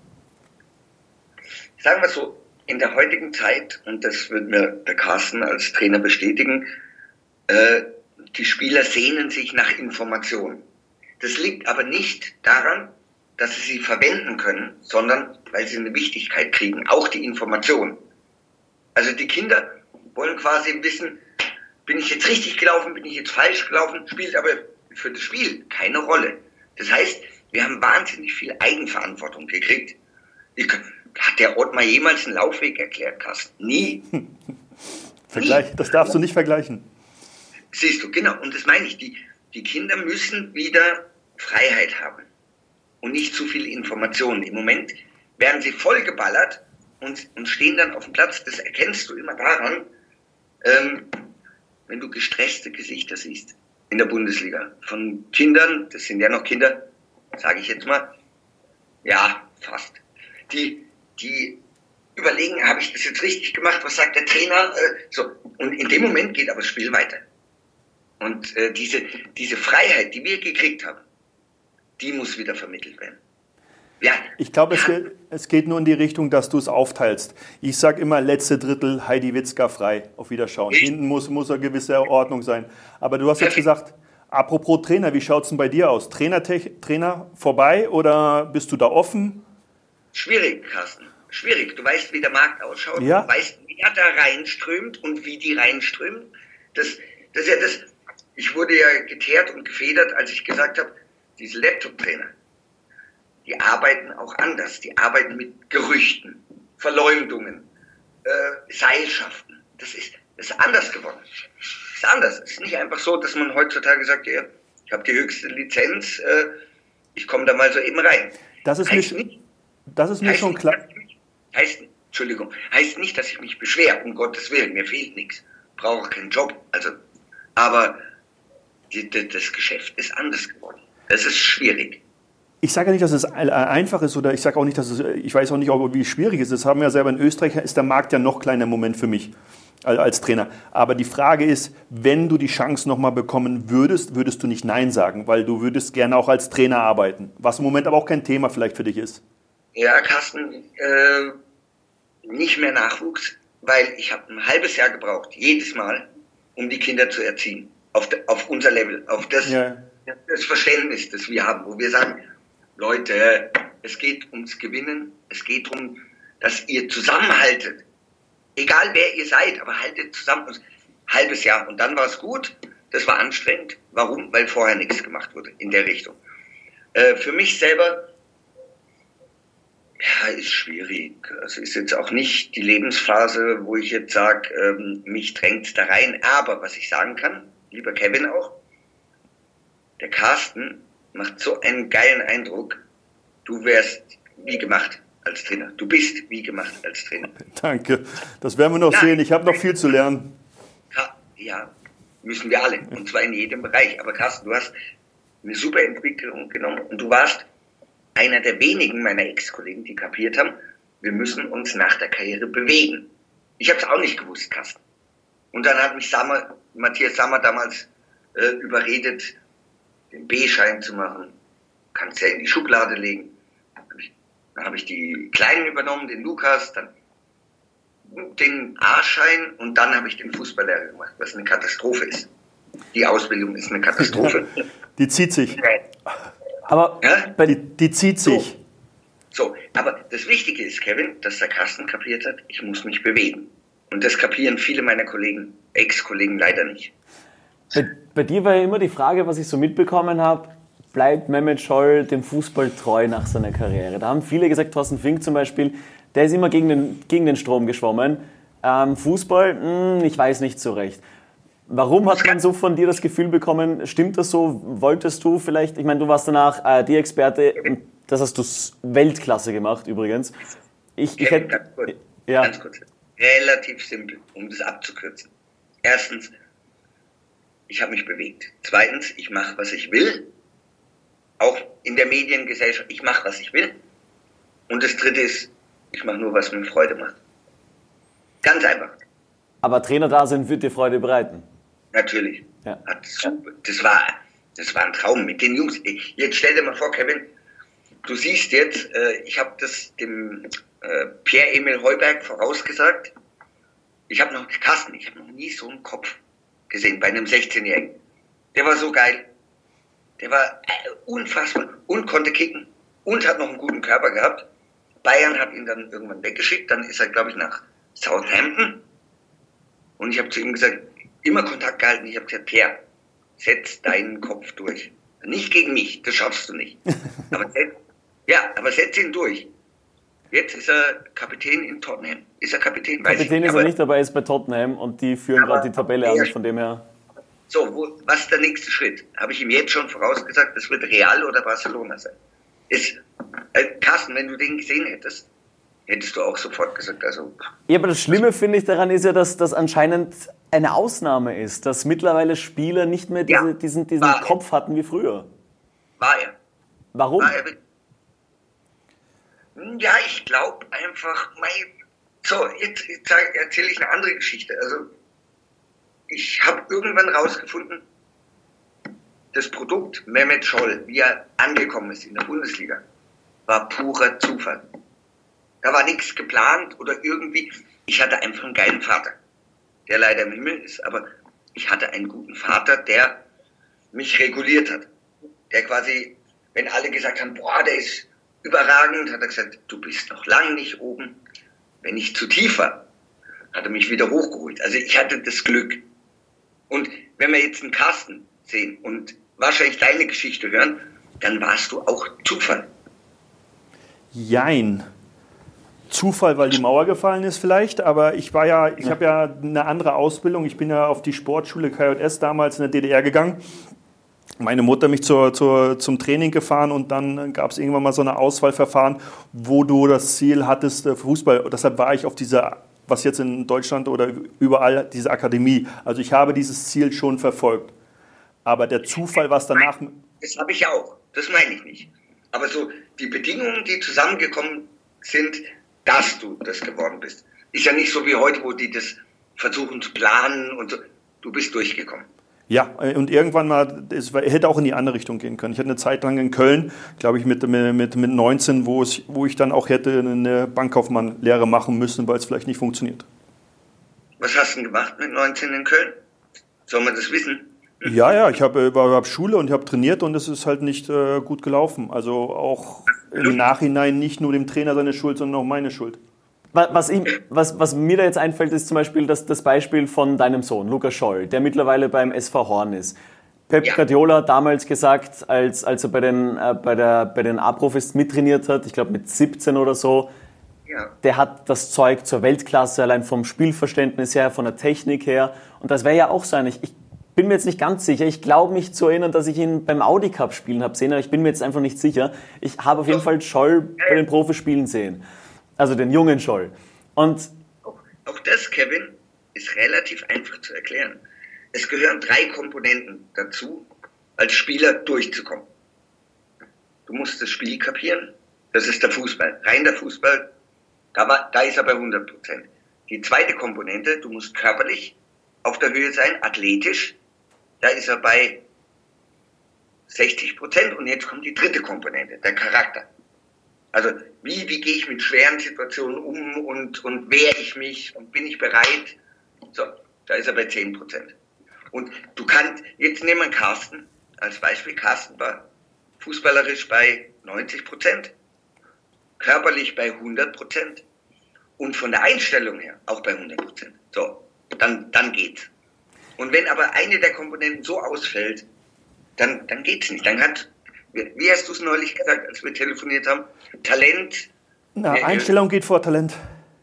Sagen wir so, in der heutigen Zeit, und das wird mir der Carsten als Trainer bestätigen, äh, die Spieler sehnen sich nach Informationen. Das liegt aber nicht daran, dass sie sie verwenden können, sondern weil sie eine Wichtigkeit kriegen, auch die Information. Also die Kinder wollen quasi wissen, bin ich jetzt richtig gelaufen, bin ich jetzt falsch gelaufen, spielt aber für das Spiel keine Rolle. Das heißt, wir haben wahnsinnig viel Eigenverantwortung gekriegt. Ich, hat der Ottmar jemals einen Laufweg erklärt, Carsten? Nie. Vergleich, Nie. Das darfst du nicht vergleichen. Siehst du, genau. Und das meine ich. Die, die Kinder müssen wieder Freiheit haben und nicht zu viel Informationen. Im Moment werden sie vollgeballert und, und stehen dann auf dem Platz. Das erkennst du immer daran, ähm, wenn du gestresste Gesichter siehst in der Bundesliga. Von Kindern, das sind ja noch Kinder, sage ich jetzt mal, ja, fast. Die, die überlegen, habe ich das jetzt richtig gemacht, was sagt der Trainer? Äh, so. Und in dem Moment geht aber das Spiel weiter. Und äh, diese, diese Freiheit, die wir gekriegt haben, die muss wieder vermittelt werden. Ja, ich glaube, es, geht, es geht nur in die Richtung, dass du es aufteilst. Ich sage immer, letzte Drittel, Heidi Witzka frei, auf Wiederschauen. Ich, Hinten muss, muss eine gewisse Ordnung sein. Aber du hast jetzt gesagt, apropos Trainer, wie schaut es denn bei dir aus? Trainer, Trainer vorbei oder bist du da offen? Schwierig, Carsten. Schwierig. Du weißt, wie der Markt ausschaut. Ja. Du weißt, wer da reinströmt und wie die reinströmen. Das, das ist ja das. Ich wurde ja geteert und gefedert, als ich gesagt habe, diese Laptop-Trainer, die arbeiten auch anders. Die arbeiten mit Gerüchten, Verleumdungen, äh, Seilschaften. Das ist, das ist anders geworden. Das ist anders. Es ist nicht einfach so, dass man heutzutage sagt, ja, ich habe die höchste Lizenz, äh, ich komme da mal so eben rein. Das ist heißt mir, nicht, das ist mir heißt schon nicht, klar. Mich, heißt, Entschuldigung, heißt nicht, dass ich mich beschwere, um Gottes Willen, mir fehlt nichts. Brauche auch keinen Job. Also, aber die, die, das Geschäft ist anders geworden. Das ist schwierig. Ich sage ja nicht, dass es einfach ist oder ich sage auch nicht, dass es, ich weiß auch nicht, wie schwierig es ist. Das haben wir ja selber in Österreich, ist der Markt ja noch kleiner im Moment für mich als Trainer. Aber die Frage ist, wenn du die Chance nochmal bekommen würdest, würdest du nicht Nein sagen, weil du würdest gerne auch als Trainer arbeiten, was im Moment aber auch kein Thema vielleicht für dich ist. Ja, Carsten, äh, nicht mehr Nachwuchs, weil ich habe ein halbes Jahr gebraucht, jedes Mal, um die Kinder zu erziehen, auf, de, auf unser Level, auf das, ja. das Verständnis, das wir haben, wo wir sagen, Leute, es geht ums Gewinnen, es geht darum, dass ihr zusammenhaltet. Egal wer ihr seid, aber haltet zusammen. Ein halbes Jahr und dann war es gut. Das war anstrengend. Warum? Weil vorher nichts gemacht wurde in der Richtung. Äh, für mich selber, ja, ist schwierig. Also ist jetzt auch nicht die Lebensphase, wo ich jetzt sage, ähm, mich drängt da rein. Aber was ich sagen kann, lieber Kevin auch, der Carsten macht so einen geilen Eindruck. Du wärst wie gemacht als Trainer. Du bist wie gemacht als Trainer. Danke. Das werden wir noch Nein. sehen. Ich habe noch viel zu lernen. Ja, müssen wir alle. Und zwar in jedem Bereich. Aber Carsten, du hast eine super Entwicklung genommen. Und du warst einer der wenigen meiner Ex-Kollegen, die kapiert haben, wir müssen uns nach der Karriere bewegen. Ich habe es auch nicht gewusst, Carsten. Und dann hat mich Sammer, Matthias Sammer damals äh, überredet, den B-Schein zu machen. Kannst ja in die Schublade legen. Dann habe ich die Kleinen übernommen, den Lukas. Dann den A-Schein und dann habe ich den Fußballlehrer gemacht, was eine Katastrophe ist. Die Ausbildung ist eine Katastrophe. Die zieht sich. Aber ja? die, die zieht sich. So. so, aber das Wichtige ist, Kevin, dass der Carsten kapiert hat, ich muss mich bewegen. Und das kapieren viele meiner Kollegen, Ex-Kollegen leider nicht. Bei, bei dir war ja immer die Frage, was ich so mitbekommen habe, bleibt Mehmet Scholl dem Fußball treu nach seiner Karriere? Da haben viele gesagt, Thorsten Fink zum Beispiel, der ist immer gegen den, gegen den Strom geschwommen. Ähm, Fußball, mh, ich weiß nicht so recht. Warum hat man so von dir das Gefühl bekommen, stimmt das so, wolltest du vielleicht, ich meine, du warst danach A R D-Experte, das hast du Weltklasse gemacht übrigens. Ich, ich hätte, ganz, kurz, ja. ganz kurz, relativ simpel, um das abzukürzen. Erstens, ich habe mich bewegt. Zweitens, ich mache, was ich will. Auch in der Mediengesellschaft, ich mache, was ich will. Und das Dritte ist, ich mache nur, was mir Freude macht. Ganz einfach. Aber Trainer da sind, wird dir Freude bereiten. Natürlich. Ja. Hat super. Das war, das war ein Traum mit den Jungs. Jetzt stell dir mal vor, Kevin, du siehst jetzt, äh, ich habe das dem äh, Pierre-Emil Heuberg vorausgesagt. Ich habe noch, Carsten, ich habe noch nie so einen Kopf gesehen bei einem sechzehnjährigen. Der war so geil. Der war äh, unfassbar und konnte kicken und hat noch einen guten Körper gehabt. Bayern hat ihn dann irgendwann weggeschickt. Dann ist er, glaube ich, nach Southampton. Und ich habe zu ihm gesagt, immer Kontakt gehalten. Ich habe gesagt, Pierre, setz deinen Kopf durch. Nicht gegen mich, das schaffst du nicht. Aber setz, ja, aber setz ihn durch. Jetzt ist er Kapitän in Tottenham. Ist er Kapitän? Weiß Kapitän ich ist er nicht, aber er ist bei Tottenham und die führen gerade die Tabelle an, von dem her. So, wo, was ist der nächste Schritt? Habe ich ihm jetzt schon vorausgesagt, das wird Real oder Barcelona sein. Ist, äh, Carsten, wenn du den gesehen hättest, hättest du auch sofort gesagt, also... Ja, aber das Schlimme, finde ich, daran ist ja, dass das anscheinend eine Ausnahme ist, dass mittlerweile Spieler nicht mehr diese, Ja, diesen, diesen war Kopf hatten wie früher. War er. Warum? War er. Ja, ich glaube einfach, mein, so, jetzt, jetzt erzähle ich eine andere Geschichte. Also, ich habe irgendwann rausgefunden, das Produkt Mehmet Scholl, wie er angekommen ist in der Bundesliga, war purer Zufall. Da war nichts geplant oder irgendwie. Ich hatte einfach einen geilen Vater, der leider im Himmel ist, aber ich hatte einen guten Vater, der mich reguliert hat. Der quasi, wenn alle gesagt haben, boah, der ist überragend, hat er gesagt, du bist noch lange nicht oben. Wenn ich zu tief war, hat er mich wieder hochgeholt. Also ich hatte das Glück. Und wenn wir jetzt einen Carsten sehen und wahrscheinlich deine Geschichte hören, dann warst du auch Zufall. Jein. Zufall, weil die Mauer gefallen ist vielleicht, aber ich war ja, ich ja. habe ja eine andere Ausbildung. Ich bin ja auf die Sportschule K J S damals in der D D R gegangen. Meine Mutter mich zur, zur, zum Training gefahren und dann gab es irgendwann mal so eine Auswahlverfahren, wo du das Ziel hattest, Fußball. Und deshalb war ich auf dieser, was jetzt in Deutschland oder überall, diese Akademie. Also ich habe dieses Ziel schon verfolgt. Aber der Zufall, was danach... Das habe ich auch, das meine ich nicht. Aber so die Bedingungen, die zusammengekommen sind, dass du das geworden bist, ist ja nicht so wie heute, wo die das versuchen zu planen und so. Du bist durchgekommen. Ja, und irgendwann mal, es hätte auch in die andere Richtung gehen können. Ich hatte eine Zeit lang in Köln, glaube ich, mit, mit, mit neunzehn, wo, es, wo ich dann auch hätte eine Bankkaufmann-Lehre machen müssen, weil es vielleicht nicht funktioniert. Was hast du denn gemacht mit neunzehn in Köln? Soll man das wissen? Ja, ja, ich habe hab Schule und ich habe trainiert und es ist halt nicht äh, gut gelaufen. Also auch im Nachhinein nicht nur dem Trainer seine Schuld, sondern auch meine Schuld. Was, ich, was, was mir da jetzt einfällt, ist zum Beispiel das, das Beispiel von deinem Sohn, Lukas Scholl, der mittlerweile beim S V Horn ist. Pep Ja. Guardiola hat damals gesagt, als, als er bei den, äh, bei der, bei den A-Profis mittrainiert hat, ich glaube mit siebzehn oder so, Ja. der hat das Zeug zur Weltklasse, allein vom Spielverständnis her, von der Technik her. Und das wäre ja auch so ein, ich, ich bin mir jetzt nicht ganz sicher, ich glaube mich zu erinnern, dass ich ihn beim Audi Cup spielen habe sehen, aber ich bin mir jetzt einfach nicht sicher. Ich habe auf jeden Fall Scholl bei den Profispielen sehen. Also den jungen Scholl. Und Auch, auch das, Kevin, ist relativ einfach zu erklären. Es gehören drei Komponenten dazu, als Spieler durchzukommen. Du musst das Spiel kapieren, das ist der Fußball. Rein der Fußball, da, war, da ist er bei hundert Prozent. Die zweite Komponente, du musst körperlich auf der Höhe sein, athletisch, da ist er bei sechzig Prozent. Und jetzt kommt die dritte Komponente, der Charakter. Also wie, wie gehe ich mit schweren Situationen um und, und wehre ich mich und bin ich bereit? So, da ist er bei zehn Prozent. Und du kannst, jetzt nehmen wir Carsten als Beispiel. Carsten war fußballerisch bei neunzig Prozent, körperlich bei hundert Prozent und von der Einstellung her auch bei hundert Prozent. So, dann, dann geht's. Und wenn aber eine der Komponenten so ausfällt, dann, dann geht's nicht. Dann hat, wie hast du es neulich gesagt, als wir telefoniert haben, Talent. Na, äh, Einstellung geht vor Talent.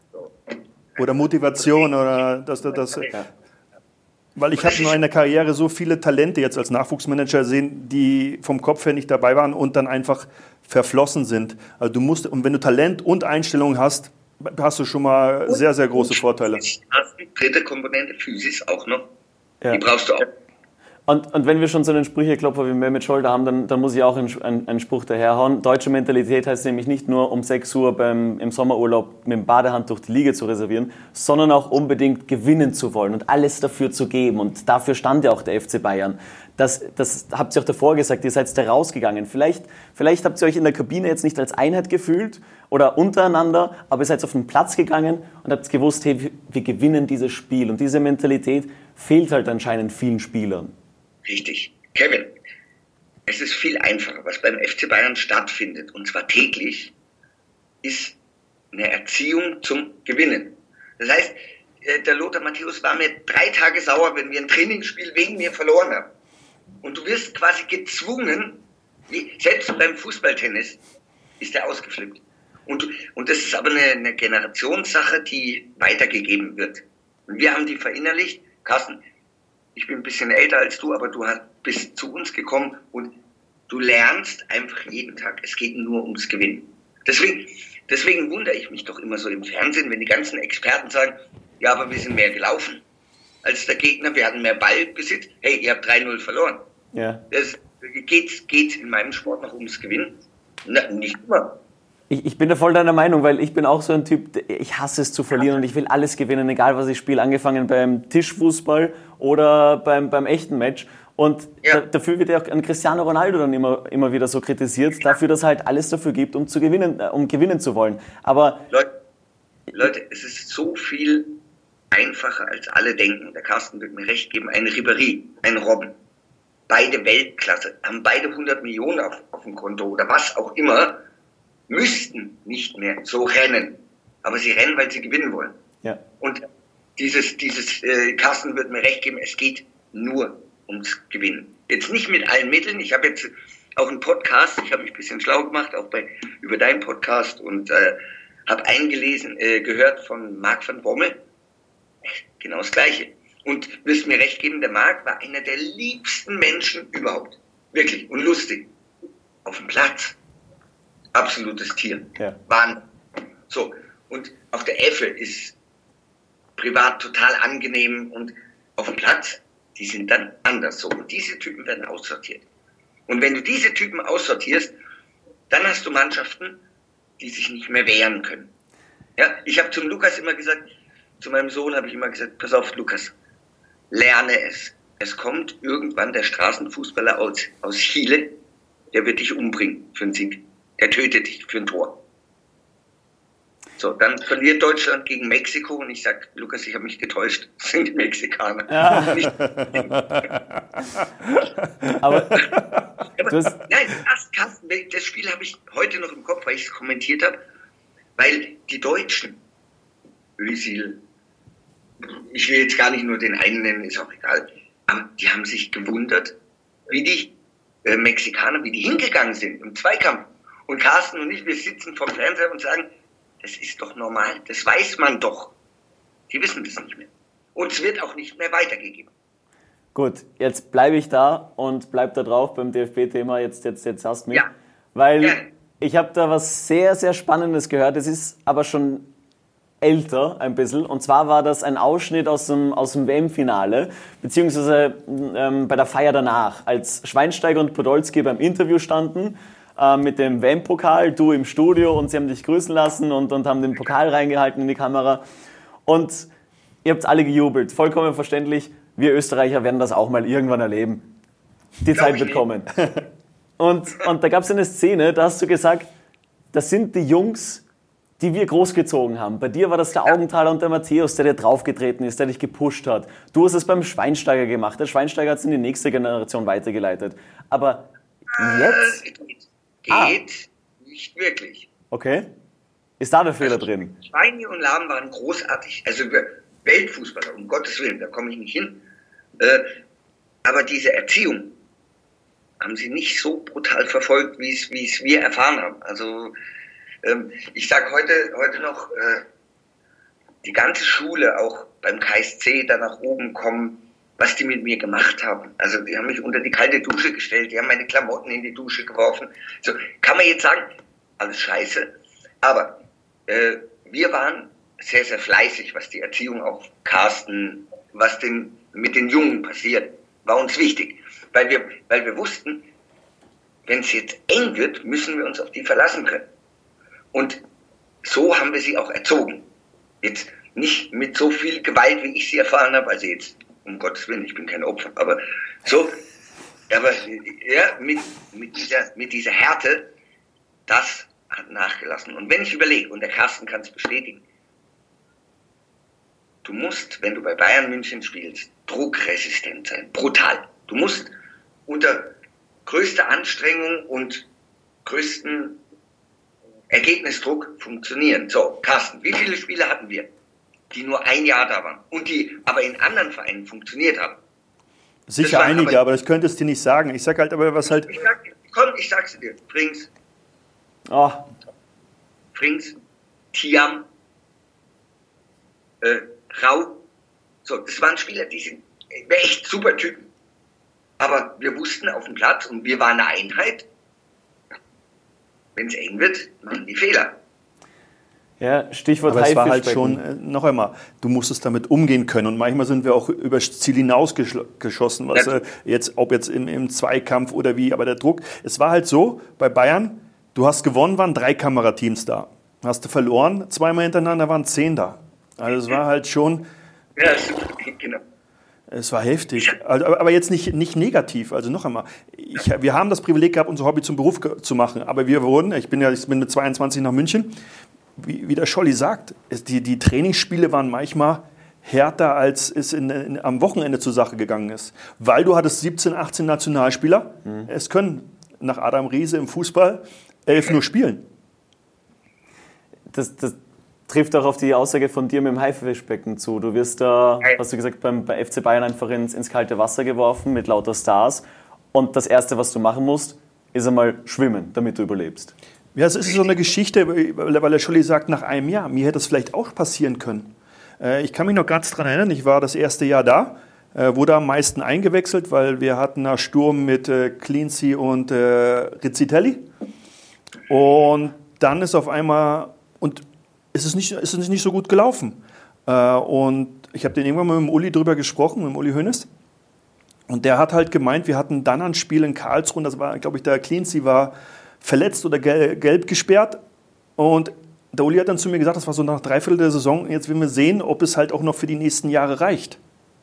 Oder Motivation oder dass du das. Ja. Weil ich habe nur in der Karriere so viele Talente jetzt als Nachwuchsmanager gesehen, die vom Kopf her nicht dabei waren und dann einfach verflossen sind. Also du musst, und wenn du Talent und Einstellung hast, hast du schon mal sehr, sehr große Vorteile. Die dritte Komponente, Physis auch noch. Ja. Die brauchst du auch. Und, und wenn wir schon so einen Sprücheklopfer wie Mehmet Scholl haben, dann, dann muss ich auch einen, einen, einen Spruch daherhauen. Deutsche Mentalität heißt nämlich nicht nur um sechs Uhr beim, im Sommerurlaub mit dem Badehandtuch die Liege zu reservieren, sondern auch unbedingt gewinnen zu wollen und alles dafür zu geben. Und dafür stand ja auch der F C Bayern. Das, das habt ihr auch davor gesagt, ihr seid da rausgegangen. Vielleicht, vielleicht habt ihr euch in der Kabine jetzt nicht als Einheit gefühlt oder untereinander, aber ihr seid auf den Platz gegangen und habt gewusst, hey, wir gewinnen dieses Spiel. Und diese Mentalität fehlt halt anscheinend vielen Spielern. Richtig. Kevin, es ist viel einfacher. Was beim F C Bayern stattfindet, und zwar täglich, ist eine Erziehung zum Gewinnen. Das heißt, der Lothar Matthäus war mir drei Tage sauer, wenn wir ein Trainingsspiel wegen mir verloren haben. Und du wirst quasi gezwungen, wie, selbst beim Fußballtennis ist der ausgeflippt. Und, und das ist aber eine, eine Generationssache, die weitergegeben wird. Und wir haben die verinnerlicht. Carsten, ich bin ein bisschen älter als du, aber du hast, bist zu uns gekommen und du lernst einfach jeden Tag. Es geht nur ums Gewinnen. Deswegen, deswegen wundere ich mich doch immer so im Fernsehen, wenn die ganzen Experten sagen, ja, aber wir sind mehr gelaufen als der Gegner, wir hatten mehr Ballbesitz. Hey, ihr habt drei null verloren. Ja. Das geht, geht in meinem Sport noch ums Gewinnen? Na, nicht immer. Ich, ich bin da voll deiner Meinung, weil ich bin auch so ein Typ, ich hasse es zu verlieren und ich will alles gewinnen, egal was ich spiele, angefangen beim Tischfußball oder beim, beim echten Match. Und ja. da, dafür wird ja auch ein Cristiano Ronaldo dann immer, immer wieder so kritisiert, dafür, dass er halt alles dafür gibt, um zu gewinnen, um gewinnen zu wollen. Aber Leute, Leute, es ist so viel einfacher, als alle denken. Der Carsten wird mir recht geben, ein Ribéry, ein Robben. Beide Weltklasse, haben beide hundert Millionen auf, auf dem Konto oder was auch immer, müssten nicht mehr so rennen. Aber sie rennen, weil sie gewinnen wollen. Ja. Und dieses, dieses äh, Carsten wird mir recht geben, es geht nur ums Gewinnen. Jetzt nicht mit allen Mitteln. Ich habe jetzt auch einen Podcast, ich habe mich ein bisschen schlau gemacht, auch bei, über deinen Podcast und äh, habe eingelesen, äh, gehört von Marc van Bommel. Genau das Gleiche. Und wirst mir recht geben, der Marc war einer der liebsten Menschen überhaupt. Wirklich. Und lustig. Auf dem Platz. Absolutes Tier. Ja. Wahnsinn. So. Und auch der Effe ist privat total angenehm und auf dem Platz, die sind dann anders so. Und diese Typen werden aussortiert. Und wenn du diese Typen aussortierst, dann hast du Mannschaften, die sich nicht mehr wehren können. Ja, ich habe zum Lukas immer gesagt, zu meinem Sohn habe ich immer gesagt, pass auf, Lukas, lerne es. Es kommt irgendwann der Straßenfußballer aus, aus Chile, der wird dich umbringen für einen Sieg. Der tötet dich für ein Tor. So, dann verliert Deutschland gegen Mexiko und ich sage, Lukas, ich habe mich getäuscht. Das sind die Mexikaner. Ja. Nicht aber, aber nein, das, Carsten, das Spiel habe ich heute noch im Kopf, weil ich es kommentiert habe, weil die Deutschen, Özil, ich will jetzt gar nicht nur den einen nennen, ist auch egal, aber die haben sich gewundert, wie die äh, Mexikaner, wie die hingegangen sind im Zweikampf. Und Carsten und ich, wir sitzen vom Fernseher und sagen, das ist doch normal, das weiß man doch. Die wissen das nicht mehr. Und es wird auch nicht mehr weitergegeben. Gut, jetzt bleibe ich da und bleib da drauf beim D F B-Thema, jetzt, jetzt, jetzt hast du mich. Ja. Weil ja. ich habe da was sehr, sehr Spannendes gehört, es ist aber schon älter ein bisschen. Und zwar war das ein Ausschnitt aus dem, aus dem W M-Finale, beziehungsweise ähm, bei der Feier danach, als Schweinsteiger und Podolski beim Interview standen, mit dem W M-Pokal, du im Studio und sie haben dich grüßen lassen und, und haben den Pokal reingehalten in die Kamera. Und ihr habt alle gejubelt, vollkommen verständlich. Wir Österreicher werden das auch mal irgendwann erleben. Die Zeit wird kommen. Und, und da gab es eine Szene, da hast du gesagt, das sind die Jungs, die wir großgezogen haben. Bei dir war das der Augenthaler und der Matthäus, der dir draufgetreten ist, der dich gepusht hat. Du hast es beim Schweinsteiger gemacht. Der Schweinsteiger hat es in die nächste Generation weitergeleitet. Aber jetzt... Äh, geht Ah. nicht wirklich. Okay. Ist da der Fehler drin? Schweini und Lahm waren großartig. Also Weltfußballer, um Gottes Willen, da komme ich nicht hin. Äh, aber diese Erziehung haben sie nicht so brutal verfolgt, wie es, wie es wir erfahren haben. Also ähm, ich sage heute, heute noch, äh, die ganze Schule, auch beim K S C, da nach oben kommen, was die mit mir gemacht haben. Also die haben mich unter die kalte Dusche gestellt, die haben meine Klamotten in die Dusche geworfen. So kann man jetzt sagen, alles scheiße. Aber äh, wir waren sehr, sehr fleißig, was die Erziehung auf Carsten, was den, mit den Jungen passiert, war uns wichtig. Weil wir, weil wir wussten, wenn es jetzt eng wird, müssen wir uns auf die verlassen können. Und so haben wir sie auch erzogen. Jetzt nicht mit so viel Gewalt, wie ich sie erfahren habe, also jetzt, um Gottes Willen, ich bin kein Opfer, aber so, aber ja, mit, mit, dieser, mit dieser Härte, das hat nachgelassen. Und wenn ich überlege, und der Carsten kann es bestätigen, du musst, wenn du bei Bayern München spielst, druckresistent sein, brutal. Du musst unter größter Anstrengung und größten Ergebnisdruck funktionieren. So, Carsten, wie viele Spieler hatten wir, die nur ein Jahr da waren und die aber in anderen Vereinen funktioniert haben? Sicher einige, aber, aber das könntest du dir nicht sagen. Ich sag halt aber, was halt... Ich sag, komm, ich sag's dir. Frings. Oh. Frings. Thiam. Äh, Rau. So, das waren Spieler, die sind echt super Typen. Aber wir wussten auf dem Platz und wir waren eine Einheit. Wenn es eng wird, machen die Fehler. Ja, Stichwort Aber es war halt Haifischbecken. schon, äh, noch einmal, du musstest damit umgehen können. Und manchmal sind wir auch über das Ziel hinausgeschossen, was äh, jetzt, ob jetzt im, im Zweikampf oder wie, aber der Druck. Es war halt so, bei Bayern, du hast gewonnen, waren drei Kamerateams da. Hast du verloren, zweimal hintereinander waren zehn da. Also es war halt schon... Ja, genau. Es war heftig, also, aber jetzt nicht, nicht negativ. Also noch einmal, ich, wir haben das Privileg gehabt, unser Hobby zum Beruf zu machen, aber wir wurden, ich bin ja ich bin mit zweiundzwanzig nach München, wie, wie der Scholli sagt, es, die, die Trainingsspiele waren manchmal härter, als es in, in, am Wochenende zur Sache gegangen ist. Weil du hattest siebzehn, achtzehn Nationalspieler, mhm. es können nach Adam Riese im Fußball elf nur spielen. Das, das trifft auch auf die Aussage von dir mit dem Haifischbecken zu. Du wirst da, hast du gesagt, beim, bei F C Bayern einfach ins, ins kalte Wasser geworfen mit lauter Stars. Und das Erste, was du machen musst, ist einmal schwimmen, damit du überlebst. Ja, es ist so eine Geschichte, weil der Scholli sagt, nach einem Jahr, mir hätte es vielleicht auch passieren können. Ich kann mich noch ganz daran erinnern, ich war das erste Jahr da, wurde am meisten eingewechselt, weil wir hatten einen Sturm mit Cleansea und Rizzitelli. Und dann ist auf einmal... Und es ist nicht, es ist nicht so gut gelaufen. Und ich habe den irgendwann mal mit dem Uli drüber gesprochen, mit dem Uli Hoeneß. Und der hat halt gemeint, wir hatten dann ein Spiel in Karlsruhe, das war, glaube ich, der Cleansea war verletzt oder gelb gesperrt. Und der Uli hat dann zu mir gesagt, das war so nach dreiviertel der Saison, jetzt werden wir sehen, ob es halt auch noch für die nächsten Jahre reicht.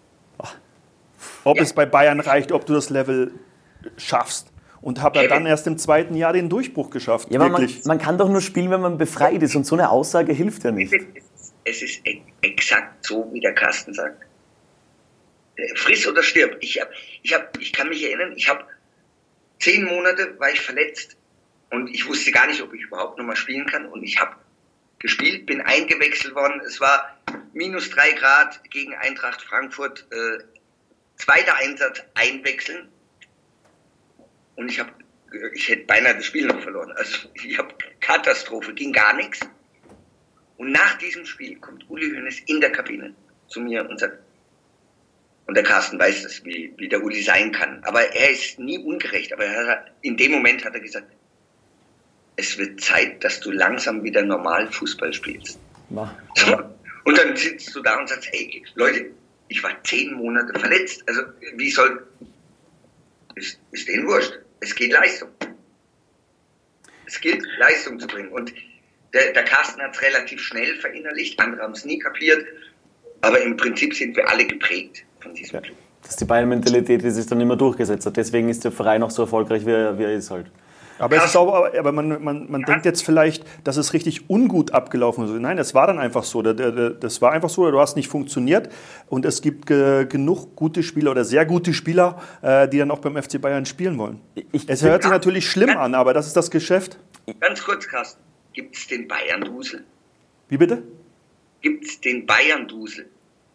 Ob ja. es bei Bayern reicht, ob du das Level schaffst. Und habe ja dann erst im zweiten Jahr den Durchbruch geschafft. Ja, aber man, man kann doch nur spielen, wenn man befreit ist. Und so eine Aussage hilft ja nicht. Es ist exakt so, wie der Carsten sagt. Friss oder stirb. Ich, hab, ich, hab, ich kann mich erinnern, ich habe zehn Monate war ich verletzt. Und ich wusste gar nicht, ob ich überhaupt noch mal spielen kann. Und ich habe gespielt, bin eingewechselt worden. Es war minus drei Grad gegen Eintracht Frankfurt. Äh, zweiter Einsatz, einwechseln. Und ich habe, ich hätte beinahe das Spiel noch verloren. Also ich habe Katastrophe, ging gar nichts. Und nach diesem Spiel kommt Uli Hoeneß in der Kabine zu mir und sagt, und der Carsten weiß das, wie, wie der Uli sein kann. Aber er ist nie ungerecht. Aber er hat, in dem Moment hat er gesagt, es wird Zeit, dass du langsam wieder normal Fußball spielst. So. Und dann sitzt du da und sagst, hey Leute, ich war zehn Monate verletzt. Also wie soll... Ist, ist denen wurscht. Es geht Leistung. Es gilt, Leistung zu bringen. Und der, der Carsten hat es relativ schnell verinnerlicht, andere haben es nie kapiert. Aber im Prinzip sind wir alle geprägt von diesem Club. Das ist die Bayern-Mentalität, die sich dann immer durchgesetzt hat. Deswegen ist der Verein auch so erfolgreich, wie er, wie er ist halt. Aber, es ist auch, aber man, man, man ja. denkt jetzt vielleicht, dass es richtig ungut abgelaufen ist. Nein, es war dann einfach so. Das war einfach so, du hast nicht funktioniert. Und es gibt ge, genug gute Spieler oder sehr gute Spieler, die dann auch beim F C Bayern spielen wollen. Ich, es hört sich natürlich schlimm ganz, an, aber das ist das Geschäft. Ganz kurz, Carsten. Gibt es den Bayern-Dusel? Wie bitte? Gibt es den Bayern-Dusel?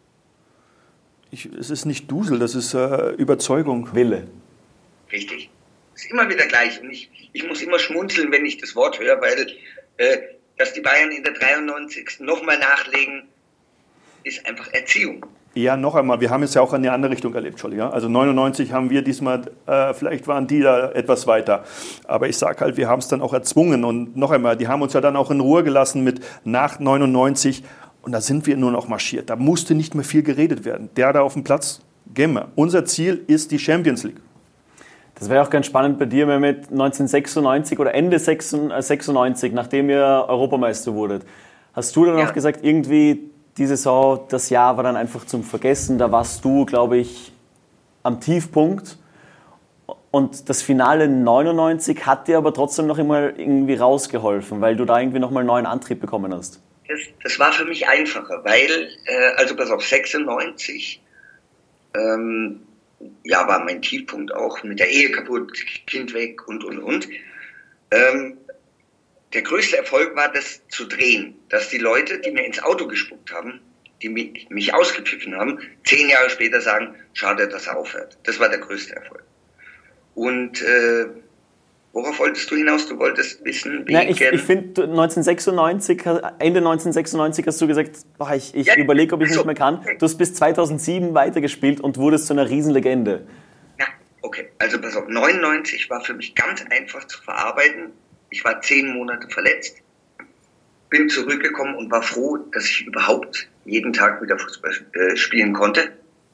Ich, es ist nicht Dusel, das ist äh, Überzeugung. Wille. Richtig. Es ist immer wieder gleich. Und ich, ich muss immer schmunzeln, wenn ich das Wort höre, weil äh, dass die Bayern in der dreiundneunzigsten nochmal nachlegen, ist einfach Erziehung. Ja, noch einmal, wir haben es ja auch in eine andere Richtung erlebt, Scholli. Ja? Also neunundneunzig haben wir diesmal, äh, vielleicht waren die da etwas weiter. Aber ich sage halt, wir haben es dann auch erzwungen. Und noch einmal, die haben uns ja dann auch in Ruhe gelassen mit nach neunundneunzig. Und da sind wir nur noch marschiert. Da musste nicht mehr viel geredet werden. Der da auf dem Platz, gehen wir. Unser Ziel ist die Champions League. Das wäre auch ganz spannend bei dir, wenn mit neunzehnhundertsechsundneunzig oder Ende sechsundneunzig, nachdem ihr Europameister wurdet, hast du dann ja. auch gesagt, irgendwie die Saison, das Jahr war dann einfach zum Vergessen. Da warst du, glaube ich, am Tiefpunkt. Und das Finale neunundneunzig hat dir aber trotzdem noch einmal irgendwie rausgeholfen, weil du da irgendwie nochmal einen neuen Antrieb bekommen hast. Das, das war für mich einfacher, weil, äh, also pass auf, sechsundneunzig, ähm, ja, war mein Tiefpunkt auch mit der Ehe kaputt, Kind weg und, und, und. Ähm, der größte Erfolg war, das zu drehen, dass die Leute, die mir ins Auto gespuckt haben, die mich, mich ausgepfiffen haben, zehn Jahre später sagen, schade, dass er aufhört. Das war der größte Erfolg. Und äh, worauf wolltest du hinaus? Du wolltest wissen, wie... Na, ich ich finde, neunzehnhundertsechsundneunzig, Ende neunzehnhundertsechsundneunzig hast du gesagt, boah, ich, ich ja, überlege, ob ich so, nicht mehr kann. Du hast bis zweitausendsieben weitergespielt und wurdest zu einer Riesenlegende. Ja, okay. Also pass auf, neunundneunzig war für mich ganz einfach zu verarbeiten. Ich war zehn Monate verletzt, bin zurückgekommen und war froh, dass ich überhaupt jeden Tag wieder Fußball äh, spielen konnte.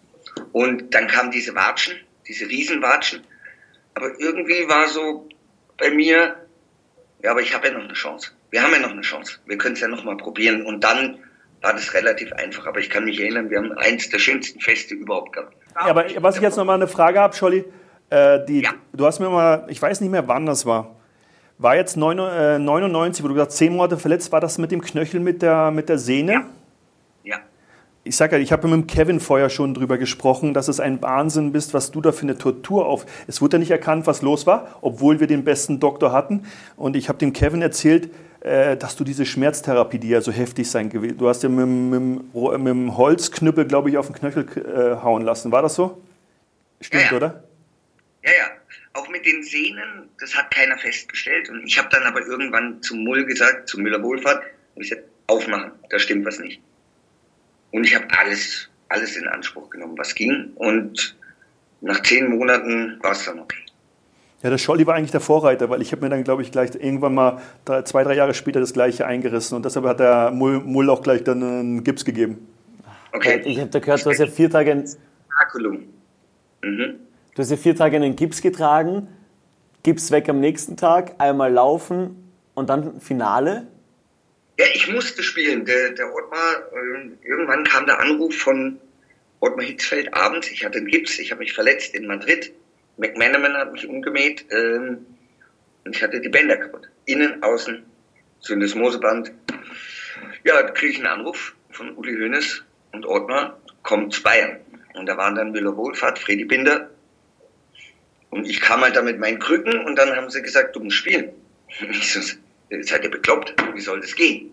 Und dann kamen diese Watschen, diese Riesenwatschen. Aber irgendwie war so bei mir, ja, aber ich habe ja noch eine Chance. Wir haben ja noch eine Chance. Wir können es ja noch mal probieren. Und dann war das relativ einfach. Aber ich kann mich erinnern, wir haben eins der schönsten Feste überhaupt gehabt. Ja, aber was ich jetzt noch mal eine Frage habe, Scholli, äh, die, ja. du hast mir mal, ich weiß nicht mehr, wann das war. War jetzt neunundneunzig, wo du gesagt hast, zehn Monate verletzt, war das mit dem Knöchel, mit der, mit der Sehne? Ja. Ja. Ich sage ja, ich habe mit dem Kevin vorher schon drüber gesprochen, dass es ein Wahnsinn bist, was du da für eine Tortur auf... Es wurde ja nicht erkannt, was los war, obwohl wir den besten Doktor hatten. Und ich habe dem Kevin erzählt, äh, dass du diese Schmerztherapie, die ja so heftig sein gewesen, du hast ja mit, mit, mit dem Holzknüppel, glaube ich, auf den Knöchel äh, hauen lassen. War das so? Stimmt, ja, ja. oder? Ja, ja. Auch mit den Sehnen, das hat keiner festgestellt. Und ich habe dann aber irgendwann zu Mull gesagt, zu Müller-Wohlfahrt, und ich gesagt, aufmachen, da stimmt was nicht. Und ich habe alles, alles in Anspruch genommen, was ging. Und nach zehn Monaten war es dann okay. Ja, der Scholli war eigentlich der Vorreiter, weil ich habe mir dann, glaube ich, gleich irgendwann mal drei, zwei, drei Jahre später das Gleiche eingerissen. Und deshalb hat der Mull, Mull auch gleich dann einen Gips gegeben. Okay. Ich habe da gehört, du hast ja vier Tage... In mhm. Du hast ja vier Tage in den Gips getragen, Gips weg am nächsten Tag, einmal laufen und dann Finale. Ja, ich musste spielen. Der, der Ottmar, äh, irgendwann kam der Anruf von Ottmar Hitzfeld abends. Ich hatte einen Gips, ich habe mich verletzt in Madrid. McManaman hat mich umgemäht äh, und ich hatte die Bänder kaputt. Innen, außen, Syndesmoseband. Ja, da kriege ich einen Anruf von Uli Hoeneß und Ottmar, kommt zu Bayern. Und da waren dann Müller-Wohlfahrt, Fredi Binder. Und ich kam halt da mit meinen Krücken und dann haben sie gesagt, du musst spielen. Und ich so, seid ihr bekloppt? Wie soll das gehen?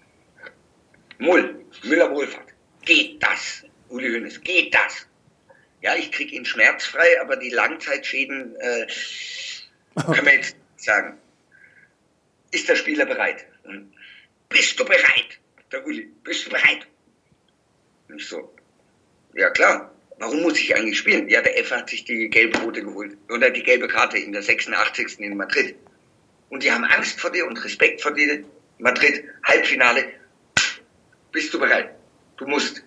Mull, Müller-Wohlfahrt, geht das? Uli Hoeneß, geht das? Ja, ich kriege ihn schmerzfrei, aber die Langzeitschäden äh, können wir jetzt sagen. Ist der Spieler bereit? Und, bist du bereit? Der Uli, bist du bereit? Und ich so, ja klar. Warum muss ich eigentlich spielen? Ja, der F hat sich die gelbe Rote geholt. Oder die gelbe Karte in der sechsundachtzigsten in Madrid. Und die haben Angst vor dir und Respekt vor dir. Madrid, Halbfinale. Bist du bereit? Du musst.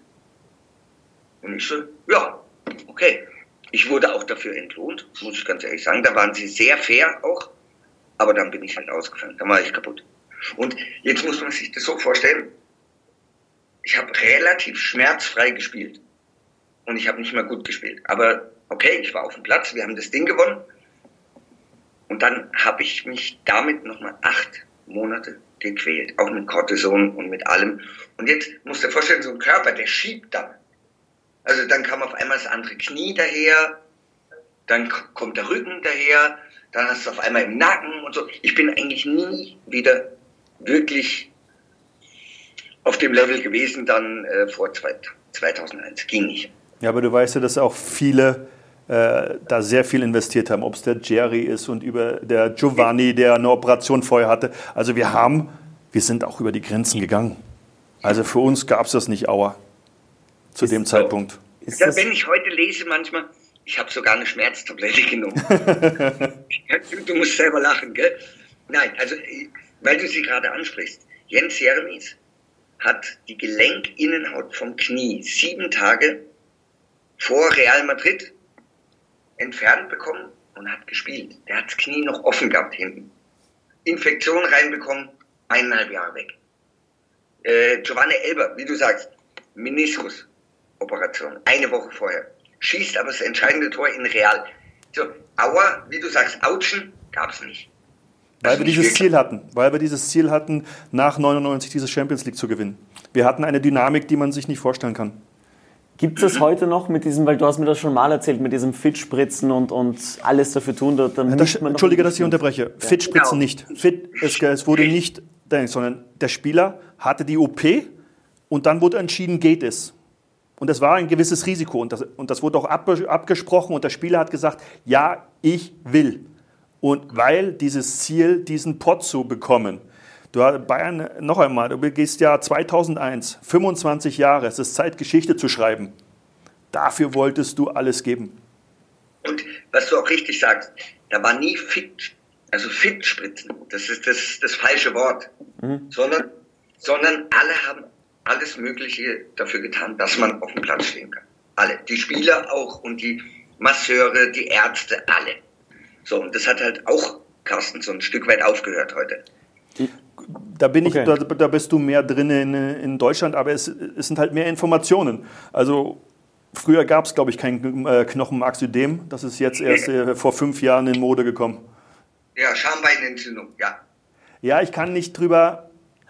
Und ich so, ja, okay. Ich wurde auch dafür entlohnt, muss ich ganz ehrlich sagen. Da waren sie sehr fair auch. Aber dann bin ich halt ausgefallen. Dann war ich kaputt. Und jetzt muss man sich das so vorstellen. Ich habe relativ schmerzfrei gespielt. Und ich habe nicht mehr gut gespielt. Aber okay, ich war auf dem Platz, wir haben das Ding gewonnen. Und dann habe ich mich damit nochmal acht Monate gequält, auch mit Cortison und mit allem. Und jetzt musst du dir vorstellen, so ein Körper, der schiebt dann. Also dann kam auf einmal das andere Knie daher, dann kommt der Rücken daher, dann hast du auf einmal im Nacken und so. Ich bin eigentlich nie wieder wirklich auf dem Level gewesen, dann äh, vor zweitausendeins. Ging nicht. Ja, aber du weißt ja, dass auch viele äh, da sehr viel investiert haben, ob es der Jerry ist und über der Giovanni, der eine Operation vorher hatte. Also wir haben, wir sind auch über die Grenzen gegangen. Also für uns gab es das nicht, Aua, zu ist dem so. Zeitpunkt. Ist ja, wenn ich heute lese manchmal, ich habe sogar eine Schmerztablette genommen. Du musst selber lachen, gell? Nein, also, weil du sie gerade ansprichst. Jens Jeremies hat die Gelenkinnenhaut vom Knie sieben Tage vor Real Madrid entfernt bekommen und hat gespielt. Der hat das Knie noch offen gehabt hinten. Infektion reinbekommen, eineinhalb Jahre weg. Äh, Giovanni Elber, wie du sagst, Meniskus-Operation, eine Woche vorher. Schießt aber das entscheidende Tor in Real. So, Aua, wie du sagst, Autschen, gab es nicht. Weil wir dieses Ziel hatten, weil wir dieses Ziel hatten, nach neunundneunzig diese Champions League zu gewinnen. Wir hatten eine Dynamik, die man sich nicht vorstellen kann. Gibt es das heute noch mit diesem, weil du hast mir das schon mal erzählt, mit diesem Fitspritzen und, und alles dafür tun? Da, da das, man Entschuldige, dass ich unterbreche. Ja. Fitspritzen genau. nicht. Fit, es, es wurde nicht, sondern der Spieler hatte die O P und dann wurde entschieden, geht es. Und das war ein gewisses Risiko und das, und das wurde auch ab, abgesprochen und der Spieler hat gesagt, ja, ich will. Und weil dieses Ziel, diesen Pot zu bekommen, du Bayern, noch einmal, du gehst ja zweitausendeins, fünfundzwanzig Jahre, es ist Zeit, Geschichte zu schreiben. Dafür wolltest du alles geben. Und was du auch richtig sagst, da war nie fit, also fit spritzen, das ist das, das falsche Wort, mhm. sondern, sondern alle haben alles Mögliche dafür getan, dass man auf dem Platz stehen kann. Alle, die Spieler auch und die Masseure, die Ärzte, alle. So, und das hat halt auch Carsten so ein Stück weit aufgehört heute. Da bin ich, okay. da, da bist du mehr drin in, in Deutschland, aber es, es sind halt mehr Informationen. Also früher gab es, glaube ich, kein äh, Knochenmarksödem. Das ist jetzt erst äh, vor fünf Jahren in Mode gekommen. Ja, Schambeinentzündung, ja. Ja, ich kann nicht drüber,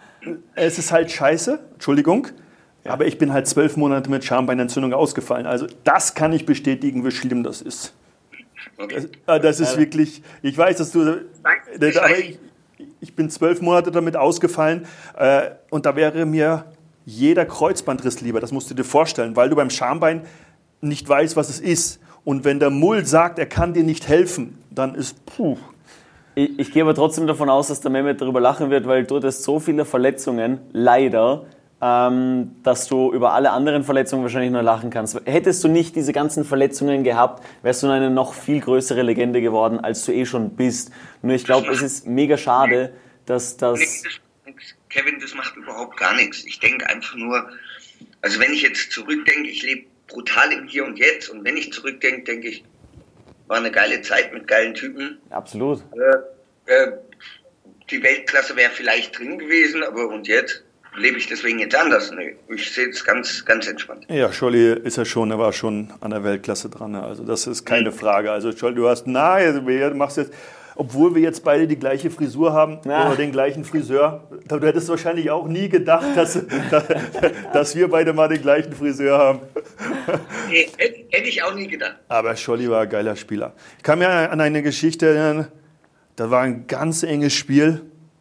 es ist halt scheiße, Entschuldigung, ja. aber ich bin halt zwölf Monate mit Schambeinentzündung ausgefallen. Also das kann ich bestätigen, wie schlimm das ist. Okay. Das, das ist wirklich, ich weiß, dass du, das, aber ich, ich bin zwölf Monate damit ausgefallen äh, und da wäre mir jeder Kreuzbandriss lieber, das musst du dir vorstellen, weil du beim Schambein nicht weißt, was es ist. Und wenn der Mull sagt, er kann dir nicht helfen, dann ist puh. Ich, ich gehe aber trotzdem davon aus, dass der Mehmet darüber lachen wird, weil du hattest so viele Verletzungen, leider, ähm, dass du über alle anderen Verletzungen wahrscheinlich nur lachen kannst. Hättest du nicht diese ganzen Verletzungen gehabt, wärst du eine noch viel größere Legende geworden, als du eh schon bist. Nur ich glaube, es ist mega schade, dass das... Kevin, das macht überhaupt gar nichts. Ich denke einfach nur, also wenn ich jetzt zurückdenke, ich lebe brutal im Hier und Jetzt und wenn ich zurückdenke, denke ich, war eine geile Zeit mit geilen Typen. Absolut. Äh, äh, die Weltklasse wäre vielleicht drin gewesen, aber und jetzt lebe ich deswegen jetzt anders. Nee, ich sehe es ganz, ganz entspannt. Ja, Scholli ist ja schon, er war schon an der Weltklasse dran. Also das ist keine mhm. Frage. Also Scholli, du hast, na, du machst jetzt, obwohl wir jetzt beide die gleiche Frisur haben ja. oder den gleichen Friseur, du hättest wahrscheinlich auch nie gedacht, dass, dass wir beide mal den gleichen Friseur haben. Nee, hätte ich auch nie gedacht. Aber Scholli war ein geiler Spieler. Ich kann mir an eine Geschichte erinnern, da war ein ganz enges Spiel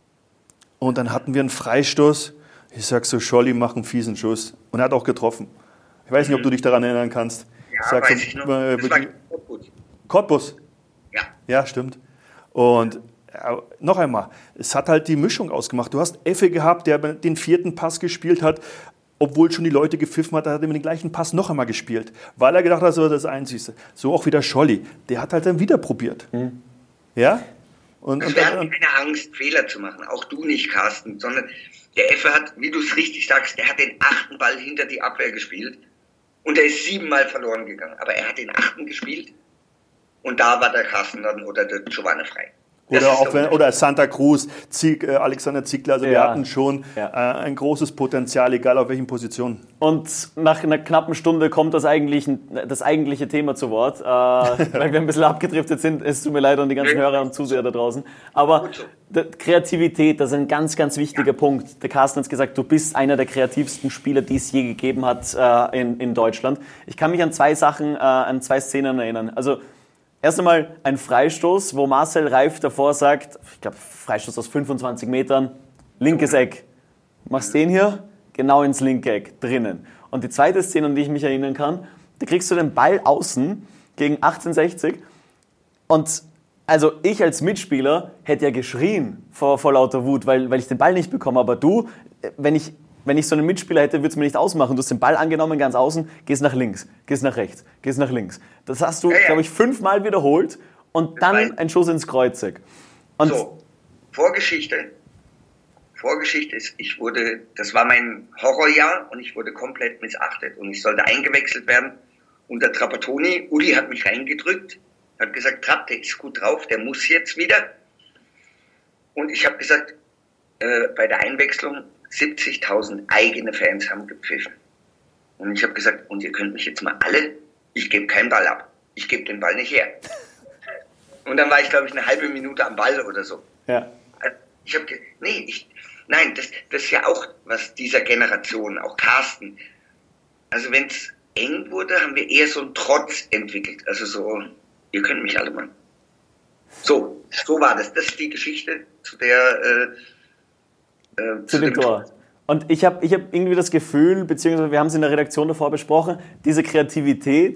und dann hatten wir einen Freistoß. Ich sag so, Scholli, mach einen fiesen Schuss. Und er hat auch getroffen. Ich weiß nicht, ob du dich daran erinnern kannst. Ja, ich sag weiß so, ich noch. Äh, das war Cottbus. Cottbus? Ja. Ja, stimmt. Und äh, noch einmal, es hat halt die Mischung ausgemacht. Du hast Effe gehabt, der den vierten Pass gespielt hat, obwohl schon die Leute gepfiffen hat, hat er den gleichen Pass noch einmal gespielt, weil er gedacht hat, das war das Einzige. So auch wieder Scholli. Der hat halt dann wieder probiert. Mhm. Ja? Und, also und, wir hatten keine Angst, Fehler zu machen. Auch du nicht, Carsten. Sondern der Effe hat, wie du es richtig sagst, der hat den achten Ball hinter die Abwehr gespielt und der ist siebenmal verloren gegangen. Aber er hat den achten gespielt und da war der Carsten dann oder der Giovanni frei. Oder, auch wenn, oder Santa Cruz, Zieg, äh, Alexander Ziegler, also ja. wir hatten schon ja. äh, ein großes Potenzial, egal auf welchen Positionen. Und nach einer knappen Stunde kommt das, eigentlich, das eigentliche Thema zu Wort, äh, weil wir ein bisschen abgedriftet sind. Es tut mir leid an die ganzen Hörer und Zuseher da draußen. Aber Kreativität, das ist ein ganz, ganz wichtiger ja. Punkt. Der Carsten hat gesagt, du bist einer der kreativsten Spieler, die es je gegeben hat äh, in, in Deutschland. Ich kann mich an zwei Sachen, äh, an zwei Szenen erinnern. Also erst einmal ein Freistoß, wo Marcel Reif davor sagt, ich glaube Freistoß aus fünfundzwanzig Metern, linkes Eck. Machst den hier, genau ins linke Eck, drinnen. Und die zweite Szene, an die ich mich erinnern kann, da kriegst du den Ball außen gegen achtzehnhundertsechzig und also ich als Mitspieler hätte ja geschrien vor, vor lauter Wut, weil, weil ich den Ball nicht bekomme. Aber du, wenn ich, wenn ich so einen Mitspieler hätte, würde es mir nicht ausmachen. Du hast den Ball angenommen, ganz außen, gehst nach links, gehst nach rechts, gehst nach links. Das hast du, ja, ja. glaube ich, fünfmal wiederholt und dann ein Schuss ins Kreuzig. Und so, Vorgeschichte. Vorgeschichte ist, ich wurde, das war mein Horrorjahr und ich wurde komplett missachtet. Und ich sollte eingewechselt werden unter Trapattoni. Uli hat mich reingedrückt. Hat gesagt, Trapp, der ist gut drauf, der muss jetzt wieder. Und ich habe gesagt, äh, bei der Einwechslung siebzigtausend eigene Fans haben gepfiffen. Und ich habe gesagt, und ihr könnt mich jetzt mal alle, ich gebe keinen Ball ab. Ich gebe den Ball nicht her. Und dann war ich, glaube ich, eine halbe Minute am Ball oder so. Ja. Ich habe, nee, ich, nein, das, das ist ja auch was dieser Generation, auch Carsten. Also wenn es eng wurde, haben wir eher so einen Trotz entwickelt. Also so, ihr könnt mich alle mal. So, so war das. Das ist die Geschichte zu der äh, äh, zu, zu dem, dem Tor. Tor. Und ich habe ich hab irgendwie das Gefühl, beziehungsweise wir haben es in der Redaktion davor besprochen, diese Kreativität,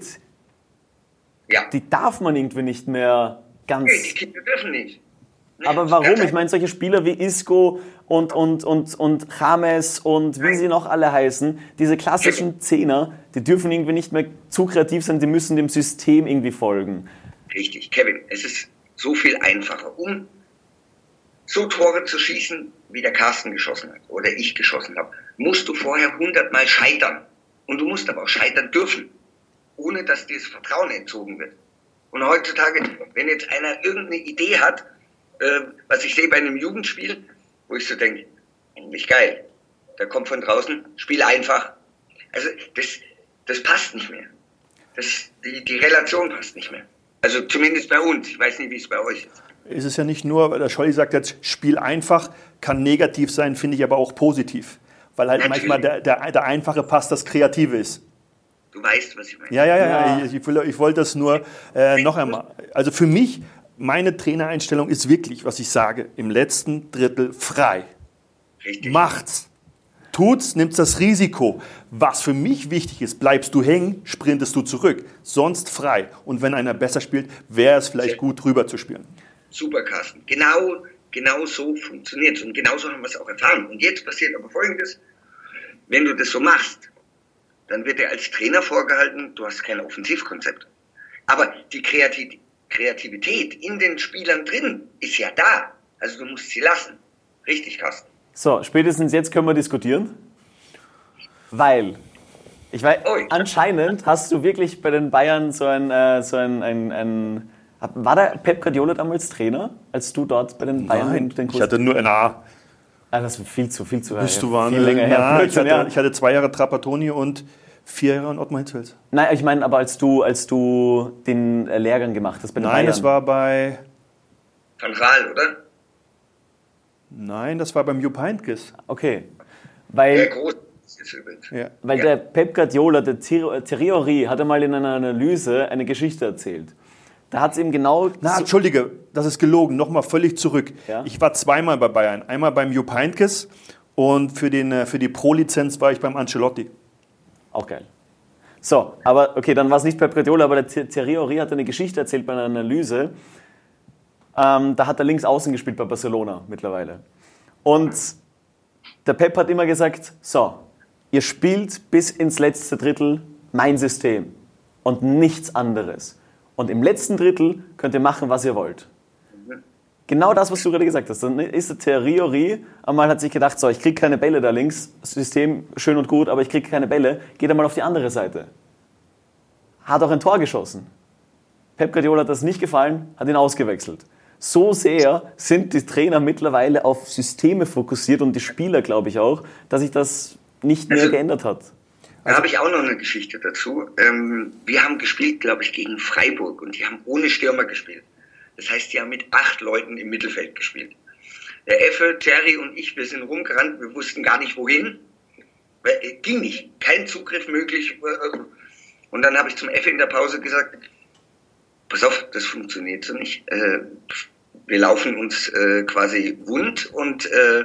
ja. die darf man irgendwie nicht mehr ganz... Nee, die Kinder dürfen nicht. Nee, aber warum? Ich meine, solche Spieler wie Isco und, und, und, und James und wie Nein. sie noch alle heißen, diese klassischen Zehner, die dürfen irgendwie nicht mehr zu kreativ sein, die müssen dem System irgendwie folgen. Richtig, Kevin, es ist so viel einfacher, um so Tore zu schießen, wie der Carsten geschossen hat oder ich geschossen habe, musst du vorher hundertmal scheitern. Und du musst aber auch scheitern dürfen, ohne dass dir das Vertrauen entzogen wird. Und heutzutage, wenn jetzt einer irgendeine Idee hat, äh, was ich sehe bei einem Jugendspiel, wo ich so denke, eigentlich geil, der kommt von draußen, Spiel einfach. Also das, das passt nicht mehr. Das, die, die Relation passt nicht mehr. Also zumindest bei uns. Ich weiß nicht, wie es bei euch ist. Es ist ja nicht nur, der Scholli sagt jetzt, Spiel einfach, kann negativ sein, finde ich aber auch positiv. Weil halt Natürlich. manchmal der, der, der einfache Pass das Kreative ist. Du weißt, was ich meine. Ja, ja, ja. ja. Ich, ich, ich wollte das nur äh, noch einmal. Also für mich, meine Trainereinstellung ist wirklich, was ich sage, im letzten Drittel frei. Richtig. Macht's. Tut's, nimmst das Risiko. Was für mich wichtig ist, bleibst du hängen, sprintest du zurück. Sonst frei. Und wenn einer besser spielt, wäre es vielleicht gut, rüber zu spielen. Super, Carsten. Genau, genau so funktioniert es. Und genau so haben wir es auch erfahren. Und jetzt passiert aber Folgendes. Wenn du das so machst, dann wird dir als Trainer vorgehalten, du hast kein Offensivkonzept. Aber die Kreativität in den Spielern drin ist ja da. Also du musst sie lassen. Richtig, Carsten. So, spätestens jetzt können wir diskutieren. Weil, ich weiß, oh, ich anscheinend hast du wirklich bei den Bayern so ein, äh, so ein, ein, ein war der Pep Guardiola damals Trainer, als du dort bei den Bayern Nein, den Kurs? Ich hatte nur N A. Ah, das ist viel zu, viel zu Bist du viel viel länger her. Ja, ich, hatte, ich hatte zwei Jahre Trapattoni und vier Jahre in Ottmar Hitzfeld. Nein, ich meine, aber als du, als du den Lehrgang gemacht hast bei den Nein, Bayern. Nein, das war bei... Van Gaal, oder? Nein, das war beim Jupp Heynckes. Okay. Weil, der groß ist übrigens. Ja. Weil ja. der Pep Guardiola, der Thierry Henry, hat einmal in einer Analyse eine Geschichte erzählt. Da hat es ihm genau... Na, so Entschuldige, das ist gelogen. Nochmal völlig zurück. Ja? Ich war zweimal bei Bayern. Einmal beim Jupp Heynckes und für, den, für die Pro-Lizenz war ich beim Ancelotti. Auch geil. So, aber okay, dann war es nicht Pep Guardiola, aber der Thierry Henry hat eine Geschichte erzählt bei einer Analyse. Ähm, da hat er links außen gespielt bei Barcelona mittlerweile. Und der Pep hat immer gesagt, so, ihr spielt bis ins letzte Drittel mein System und nichts anderes. Und im letzten Drittel könnt ihr machen, was ihr wollt. Genau das, was du gerade gesagt hast. Dann ist der Thierry Henry einmal hat sich gedacht, so, ich kriege keine Bälle da links, System schön und gut, aber ich kriege keine Bälle, geht einmal auf die andere Seite. Hat auch ein Tor geschossen. Pep Guardiola hat das nicht gefallen, hat ihn ausgewechselt. So sehr sind die Trainer mittlerweile auf Systeme fokussiert und die Spieler, glaube ich auch, dass sich das nicht mehr Also, geändert hat. Da habe ich auch noch eine Geschichte dazu. Ähm, wir haben gespielt, glaube ich, gegen Freiburg und die haben ohne Stürmer gespielt. Das heißt, die haben mit acht Leuten im Mittelfeld gespielt. Der Effe, Terry und ich, wir sind rumgerannt, wir wussten gar nicht wohin. Weil, äh, ging nicht, kein Zugriff möglich. Und dann habe ich zum Effe in der Pause gesagt, pass auf, das funktioniert so nicht. Äh, wir laufen uns äh, quasi wund und äh,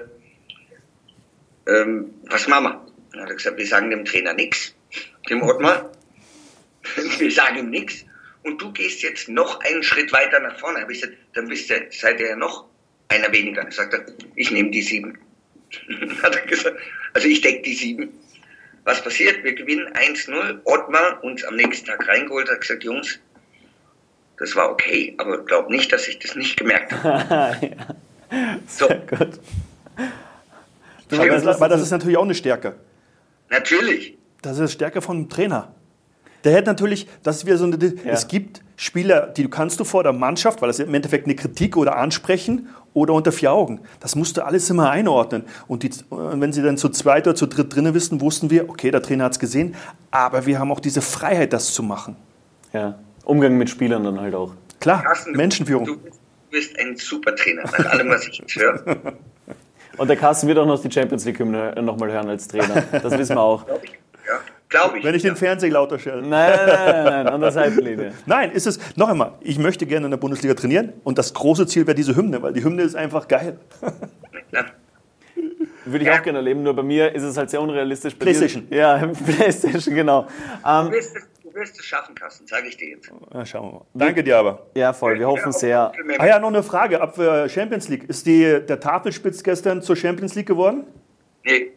ähm, was machen wir? Dann hat er gesagt, wir sagen dem Trainer nichts, dem Ottmar. Wir sagen ihm nichts. Und du gehst jetzt noch einen Schritt weiter nach vorne. Habe ich gesagt, dann bist du, seid ihr ja noch einer weniger. Dann sagt er, ich nehme die sieben. Hat er gesagt, also ich decke die sieben. Was passiert? Wir gewinnen eins null. Ottmar uns am nächsten Tag reingeholt, hat gesagt, Jungs, das war okay, aber glaub nicht, dass ich das nicht gemerkt habe. Ja. So. Sehr gut. Weil das, weil das ist natürlich auch eine Stärke. Natürlich. Das ist eine Stärke vom Trainer. Der hätte natürlich, das ist wieder so eine, ja. Es gibt Spieler, die kannst du vor der Mannschaft, weil das im Endeffekt eine Kritik oder ansprechen oder unter vier Augen. Das musst du alles immer einordnen. Und die, wenn sie dann zu zweit oder zu dritt drinnen wissen, wussten wir, okay, der Trainer hat es gesehen, aber wir haben auch diese Freiheit, das zu machen. Ja, Umgang mit Spielern dann halt auch. Klar, Carsten, Menschenführung. Du bist, du bist ein super Trainer, nach allem, was ich jetzt höre. Und der Carsten wird auch noch die Champions League-Hymne nochmal hören als Trainer. Das wissen wir auch. Glaube ich. Ja, glaube ich. Wenn ich ja. den Fernseher lauter stelle. Nein, nein, nein, nein, an der Seitenlinie. Nein, ist es, noch einmal, ich möchte gerne in der Bundesliga trainieren und das große Ziel wäre diese Hymne, weil die Hymne ist einfach geil. Ja. Würde ich Ja. auch gerne erleben, nur bei mir ist es halt sehr unrealistisch. Bei PlayStation. Dir, ja, Playstation, genau. Ähm, Du wirst es, du wirst es schaffen, Carsten, sage ich dir jetzt. Ja, schauen wir mal. Danke dir aber. ja, voll, wir hoffen sehr. Ah ja, noch eine Frage ab für Champions League. Ist die, der Tafelspitz gestern zur Champions League geworden? Nee,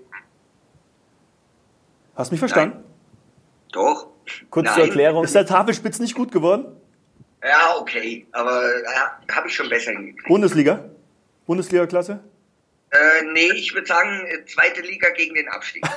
Hast mich verstanden? doch. Kurz Nein. zur Erklärung. Ist der Tafelspitz nicht gut geworden? Ja, okay, aber ja, habe ich schon besser hingekriegt. Bundesliga? Bundesliga-Klasse? Äh, nee, ich würde sagen, äh, zweite Liga gegen den Abstieg.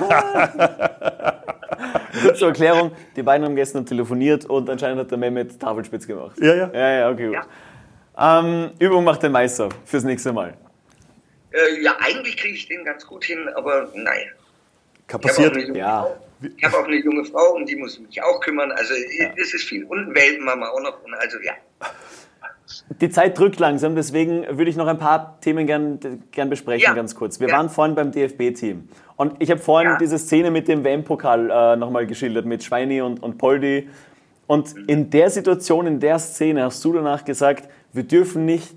Kurz zur Erklärung, die beiden haben gestern telefoniert und anscheinend hat der Mehmet Tafelspitz gemacht. Ja, ja. Ja, ja, okay, gut. Ja. Ähm, Übung macht den Meister fürs nächste Mal. Äh, ja, eigentlich kriege ich den ganz gut hin, aber naja. Kann Ich habe auch, passieren. eine junge Ja. Frau. Ich hab auch eine junge Frau, um die muss ich mich auch kümmern. Also Ja. es ist viel. Und einen Welpen haben wir auch noch. Und also ja. Die Zeit drückt langsam, deswegen würde ich noch ein paar Themen gern, gern besprechen, Ja. ganz kurz. Wir Ja. waren vorhin beim D F B-Team und ich habe vorhin Ja. diese Szene mit dem W M-Pokal äh, nochmal geschildert, mit Schweini und, und Poldi. Und in der Situation, in der Szene hast du danach gesagt, wir dürfen nicht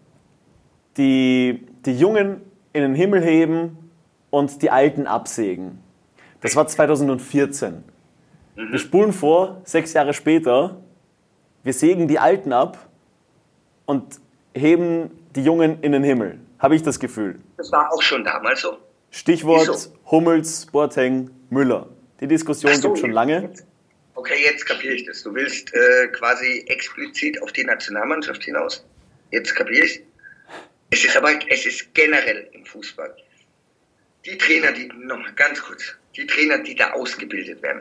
die, die Jungen in den Himmel heben und die Alten absägen. Das war zweitausendvierzehn. Wir spulen vor, sechs Jahre später, wir sägen die Alten ab und heben die Jungen in den Himmel. Habe ich das Gefühl. Das war auch schon damals so. Stichwort Wieso? Hummels, Boateng, Müller. Die Diskussion Ach so, gibt es schon lange. Okay, jetzt kapiere ich das. Du willst äh, quasi explizit auf die Nationalmannschaft hinaus. Jetzt kapiere ich. Es ist aber, es ist generell im Fußball. Die Trainer, die, nochmal ganz kurz, die Trainer, die da ausgebildet werden,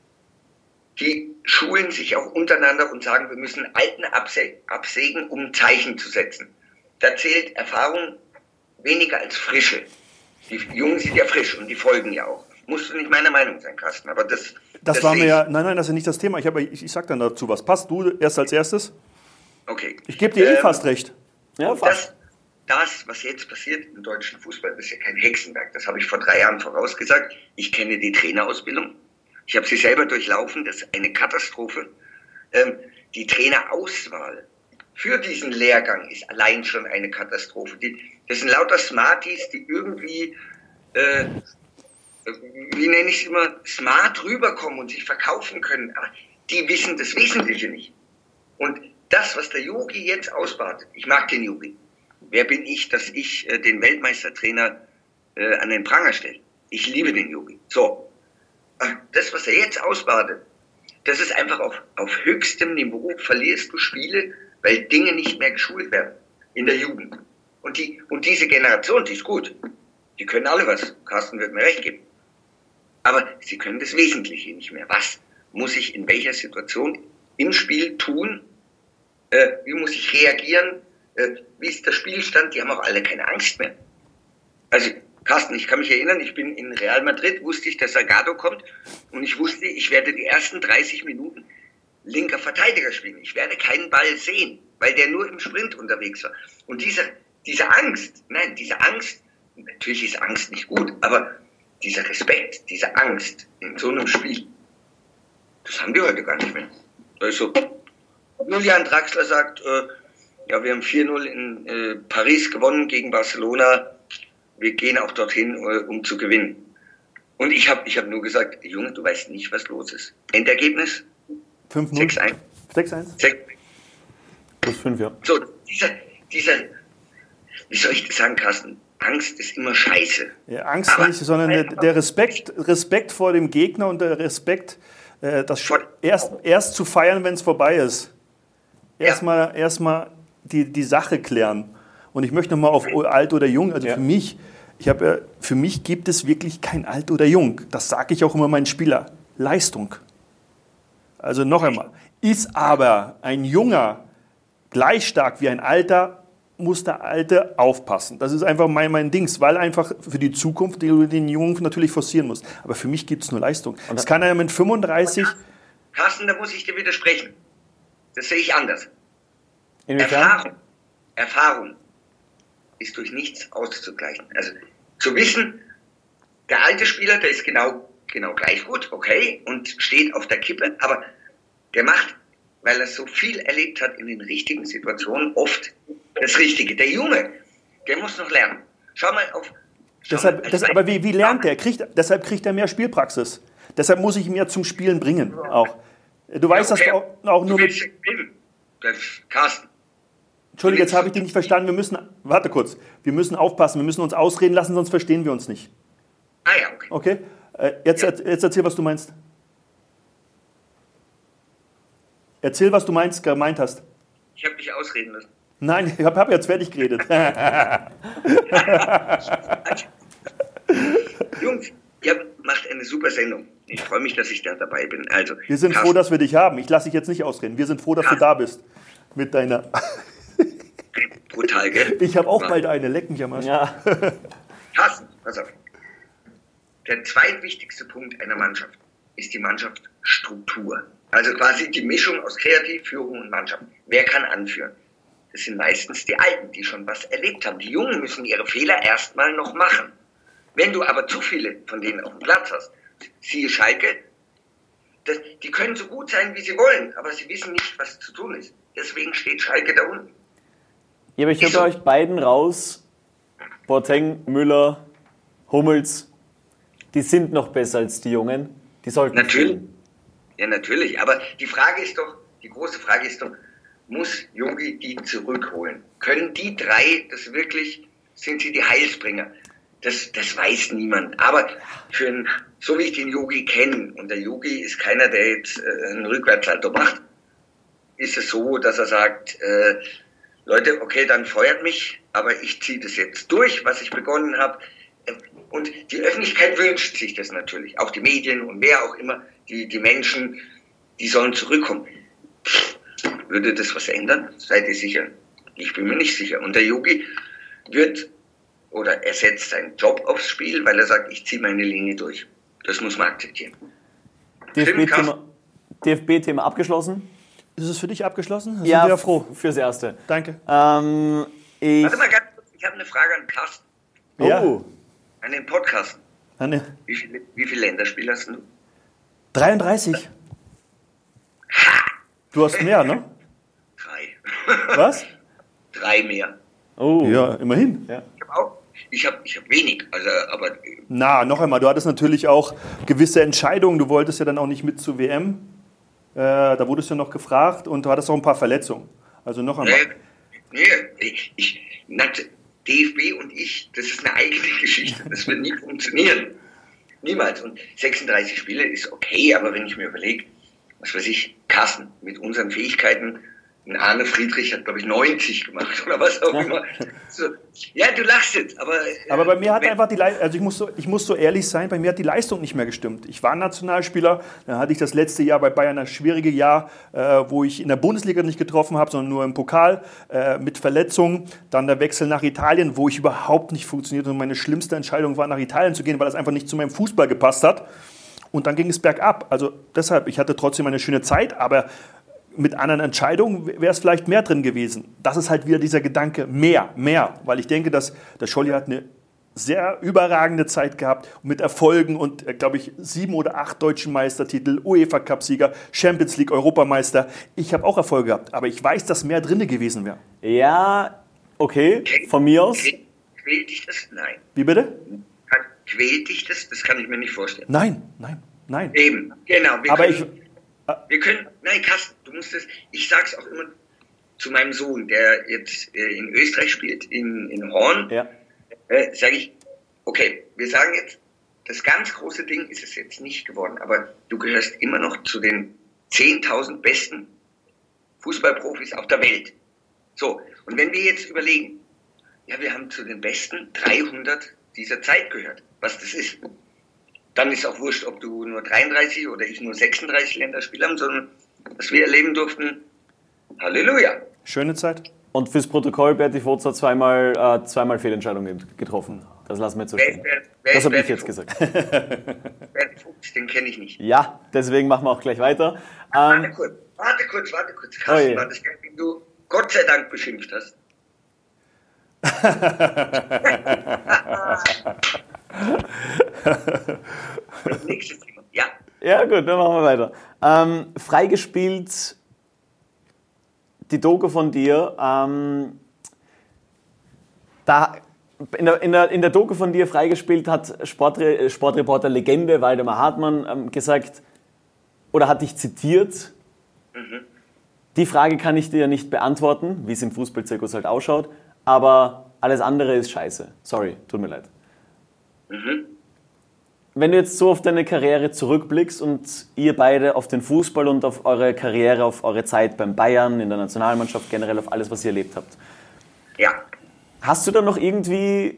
die schulen sich auch untereinander und sagen, wir müssen Alten absä- absägen, um ein Zeichen zu setzen. Da zählt Erfahrung weniger als Frische. Die Jungen sind ja frisch und die folgen ja auch. Musst du nicht meiner Meinung sein, Carsten, aber das... Das war sehe mir ich. ja, nein, nein, das ist ja nicht das Thema. Ich, habe, ich, ich sag dann dazu was. Passt du erst als erstes? Okay. Ich gebe dir eh Ähm, fast recht. Ja, Und fast. das, das, was jetzt passiert im deutschen Fußball, das ist ja kein Hexenwerk. Das habe ich vor drei Jahren vorausgesagt. Ich kenne die Trainerausbildung. Ich habe sie selber durchlaufen. Das ist eine Katastrophe. Ähm, die Trainerauswahl für diesen Lehrgang ist allein schon eine Katastrophe. Die, das sind lauter Smarties, die irgendwie, äh, wie nenne ich es immer, smart rüberkommen und sich verkaufen können. Aber die wissen das Wesentliche nicht. Und das, was der Yogi jetzt ausbadet, ich mag den Yogi. Wer bin ich, dass ich äh, den Weltmeistertrainer äh, an den Pranger stelle? Ich liebe den Yogi. So, äh, das, was er jetzt ausbadet, das ist einfach auf, auf höchstem Niveau. Verlierst du Spiele, weil Dinge nicht mehr geschult werden in der Jugend. Und, die, und diese Generation, die ist gut. Die können alle was. Carsten wird mir recht geben. Aber sie können das Wesentliche nicht mehr. Was muss ich in welcher Situation im Spiel tun? Äh, wie muss ich reagieren? äh, wie ist der Spielstand, die haben auch alle keine Angst mehr. Also, Carsten, ich kann mich erinnern, ich bin in Real Madrid, wusste ich, dass Salgado kommt und ich wusste, ich werde die ersten dreißig Minuten linker Verteidiger spielen. Ich werde keinen Ball sehen, weil der nur im Sprint unterwegs war. Und diese, diese Angst, nein, diese Angst, natürlich ist Angst nicht gut, aber dieser Respekt, diese Angst in so einem Spiel, das haben die heute gar nicht mehr. Also, Julian Draxler sagt, äh, ja, wir haben vier null in äh, Paris gewonnen gegen Barcelona, wir gehen auch dorthin, äh, um zu gewinnen. Und ich habe ich hab nur gesagt, Junge, du weißt nicht, was los ist. Endergebnis? fünf null. sechs eins. sechs eins? Plus fünf, ja. So, dieser, dieser, wie soll ich das sagen, Carsten? Angst ist immer scheiße. Ja, Angst Aber- nicht, sondern der, der Respekt, Respekt vor dem Gegner und der Respekt, äh, das Vor- erst, erst zu feiern, wenn es vorbei ist. Ja. Erstmal erst mal die, die Sache klären. Und ich möchte nochmal auf alt oder jung, also Ja. für mich, ich habe, äh, für mich gibt es wirklich kein alt oder jung. Das sage ich auch immer meinen Spieler. Leistung. Also noch einmal. Ist aber ein Junger gleich stark wie ein Alter, muss der Alte aufpassen. Das ist einfach mein, mein Dings, weil einfach für die Zukunft, die du den Jungen natürlich forcieren musst. Aber für mich gibt es nur Leistung. Das kann er mit fünfunddreißig, Carsten, da muss ich dir widersprechen. Das sehe ich anders. Inwiefern? Erfahrung, Erfahrung ist durch nichts auszugleichen. Also zu wissen, der alte Spieler, der ist genau, genau gleich gut, okay, und steht auf der Kippe, aber der macht, weil er so viel erlebt hat in den richtigen Situationen, oft das Richtige. Der Junge, der muss noch lernen. Schau mal auf... Schau deshalb, mal, also das, aber wie, wie lernt der? Kriegt, deshalb kriegt er mehr Spielpraxis. Deshalb muss ich ihn ja zum Spielen bringen auch. Du weißt, okay, dass du auch, auch nur du willst mit... ja gewinnen. Das, Carsten, Entschuldige, jetzt habe ich dich nicht verstanden. Wir müssen, warte kurz, wir müssen aufpassen, wir müssen uns ausreden lassen, sonst verstehen wir uns nicht. ah ja, okay. Okay? Äh, Jetzt, jetzt erzähl, was du meinst. Erzähl, was du meinst, gemeint hast. Ich habe dich ausreden lassen. Nein, ich habe hab jetzt fertig geredet. Jungs, ihr macht eine super Sendung. Ich freue mich, dass ich da dabei bin. Also, Wir sind froh, Carsten, dass wir dich haben. Ich lasse dich jetzt nicht ausreden. Wir sind froh, dass du da bist. Mit deiner. brutal, gell? Ich habe auch bald eine. Leck mich am Arsch. Ja. Carsten, pass auf. Der zweitwichtigste Punkt einer Mannschaft ist die Mannschaftsstruktur. Also quasi die Mischung aus Kreativ, Führung und Mannschaft. Wer kann anführen? Das sind meistens die Alten, die schon was erlebt haben. Die Jungen müssen ihre Fehler erstmal noch machen. Wenn du aber zu viele von denen auf dem Platz hast, siehe Schalke, das, die können so gut sein, wie sie wollen, aber sie wissen nicht, was zu tun ist. Deswegen steht Schalke da unten. Ja, aber ich höre bei euch beiden raus, Boateng, Müller, Hummels, die sind noch besser als die Jungen. Die sollten Natürlich. spielen. Ja, natürlich. Aber die Frage ist doch, die große Frage ist doch, muss Yogi die zurückholen? Können die drei das wirklich, sind sie die Heilsbringer? Das, das weiß niemand. Aber für einen, so wie ich den Yogi kenne, und der Yogi ist keiner, der jetzt äh, einen Rückwärtssalto macht, ist es so, dass er sagt, äh, Leute, okay, dann feuert mich, aber ich ziehe das jetzt durch, was ich begonnen habe. Und die Öffentlichkeit wünscht sich das natürlich. Auch die Medien und wer auch immer, die, die Menschen, die sollen zurückkommen. Würde das was ändern? Seid ihr sicher? Ich bin mir nicht sicher. Und der Yogi wird, oder er setzt seinen Job aufs Spiel, weil er sagt, ich ziehe meine Linie durch. Das muss man akzeptieren. D F B-Thema D F B-Thema abgeschlossen? Ist es für dich abgeschlossen? Sind Ja, wir froh. f- fürs Erste. Danke. Ähm, ich, Warte mal ganz kurz, ich habe eine Frage an Carsten, Ja. oh, an den Podcast. Anne. Wie viele, wie viele Länderspiele hast du? dreiunddreißig. Du hast mehr, ne? Drei. Was? Drei mehr. oh. Ja, immerhin. Ja. Ich habe auch, ich habe ich hab wenig, also, aber Na, noch einmal, du hattest natürlich auch gewisse Entscheidungen. Du wolltest ja dann auch nicht mit zur W M. Äh, da wurdest du noch gefragt und du hattest auch ein paar Verletzungen. Also noch einmal. nee, nee, ich, ich, nat- D F B und ich, das ist eine eigene Geschichte. Das wird nie funktionieren. Niemals. Und sechsunddreißig Spiele ist okay, aber wenn ich mir überlege, was weiß ich, Carsten, mit unseren Fähigkeiten, ein Arne Friedrich hat, glaube ich, neunzig gemacht oder was auch immer. So, ja, du lachst jetzt, aber... Äh, aber bei mir hat einfach die Leistung, also ich muss, so, ich muss so ehrlich sein, bei mir hat die Leistung nicht mehr gestimmt. Ich war Nationalspieler, dann hatte ich das letzte Jahr bei Bayern ein schwieriges Jahr, äh, wo ich in der Bundesliga nicht getroffen habe, sondern nur im Pokal äh, mit Verletzungen. Dann der Wechsel nach Italien, wo ich überhaupt nicht funktioniert und meine schlimmste Entscheidung war, nach Italien zu gehen, weil das einfach nicht zu meinem Fußball gepasst hat. Und dann ging es bergab. Also deshalb, ich hatte trotzdem eine schöne Zeit, aber mit anderen Entscheidungen wäre es vielleicht mehr drin gewesen. Das ist halt wieder dieser Gedanke, mehr, mehr. Weil ich denke, dass der Scholli hat eine sehr überragende Zeit gehabt mit Erfolgen und, glaube ich, sieben oder acht deutschen Meistertitel, UEFA-Cup-Sieger, Champions League, Europameister. Ich habe auch Erfolge gehabt, aber ich weiß, dass mehr drin gewesen wäre. Ja, okay, von mir aus. Quält dich das? Nein. Wie bitte? Quält dich das? Das kann ich mir nicht vorstellen. Nein, nein, nein. Eben, genau. Wir aber können, ich... Wir können, nein, Carsten, du musst es, ich sag's auch immer zu meinem Sohn, der jetzt äh, in Österreich spielt, in, in Horn, ja. äh, sage ich, okay, wir sagen jetzt, das ganz große Ding ist es jetzt nicht geworden, aber du gehörst immer noch zu den zehntausend besten Fußballprofis auf der Welt. So, und wenn wir jetzt überlegen, ja, wir haben zu den besten dreihundert dieser Zeit gehört, was das ist. Dann ist auch wurscht, ob du nur dreiunddreißig oder ich nur sechsunddreißig Länderspiele haben, sondern was wir erleben durften, Halleluja. Schöne Zeit. Und fürs Protokoll, Berti Vogts hat zweimal, äh, zweimal Fehlentscheidungen getroffen. Das lassen wir jetzt so stehen. Wer, wer, das habe ich Berti jetzt gesagt. Berti Vogts, den kenne ich nicht. Ja, deswegen machen wir auch gleich weiter. Ähm, warte kurz, warte kurz, warte kurz. Carsten, oh war das, den du Gott sei Dank beschimpft hast? Nächstes Thema. Ja. Ja, gut, dann machen wir weiter. Ähm, freigespielt, die Doku von dir. Ähm, da, in, der, in, der, in der Doku von dir freigespielt hat Sportre, Sportreporter Legende Waldemar Hartmann ähm, gesagt, oder hat dich zitiert. Mhm. Die Frage kann ich dir nicht beantworten, wie es im Fußballzirkus halt ausschaut, aber alles andere ist scheiße. Sorry, tut mir leid. Mhm. Wenn du jetzt so auf deine Karriere zurückblickst und ihr beide auf den Fußball und auf eure Karriere, auf eure Zeit beim Bayern, in der Nationalmannschaft, generell auf alles, was ihr erlebt habt. Ja. Hast du da noch irgendwie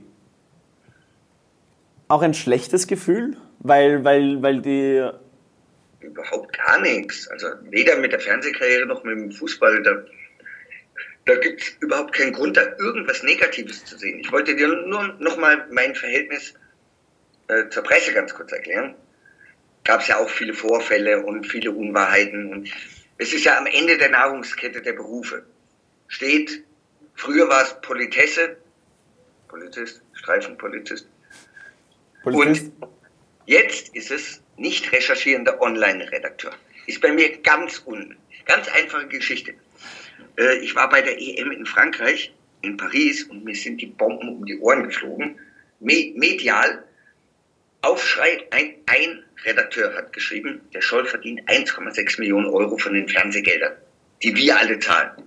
auch ein schlechtes Gefühl? Weil, weil, weil die... Überhaupt gar nichts. Also weder mit der Fernsehkarriere noch mit dem Fußball. Da, da gibt es überhaupt keinen Grund, da irgendwas Negatives zu sehen. Ich wollte dir nur noch mal mein Verhältnis äh, zur Presse ganz kurz erklären. Gab es ja auch viele Vorfälle und viele Unwahrheiten. Und es ist ja am Ende der Nahrungskette der Berufe. Steht, früher war es Politesse, Polizist, Streifenpolizist. Polizist. Und jetzt ist es nicht recherchierender Online-Redakteur. Ist bei mir ganz unten. Ganz einfache Geschichte. Äh, ich war bei der E M in Frankreich, in Paris, und mir sind die Bomben um die Ohren geflogen. Me- medial, Aufschrei, ein, ein Redakteur hat geschrieben, der Scholl verdient eins Komma sechs Millionen Euro von den Fernsehgeldern, die wir alle zahlen.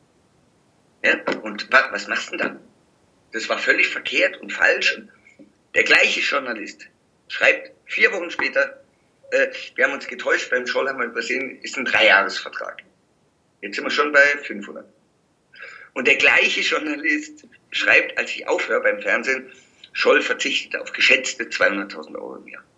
Ja? Und wa- was machst du denn da? Das war völlig verkehrt und falsch. Und der gleiche Journalist schreibt vier Wochen später, äh, wir haben uns getäuscht, beim Scholl haben wir übersehen, ist ein Dreijahresvertrag. Jetzt sind wir schon bei fünfhundert. Und der gleiche Journalist schreibt, als ich aufhöre beim Fernsehen, Scholl verzichtet auf geschätzte zweihunderttausend Euro im Jahr.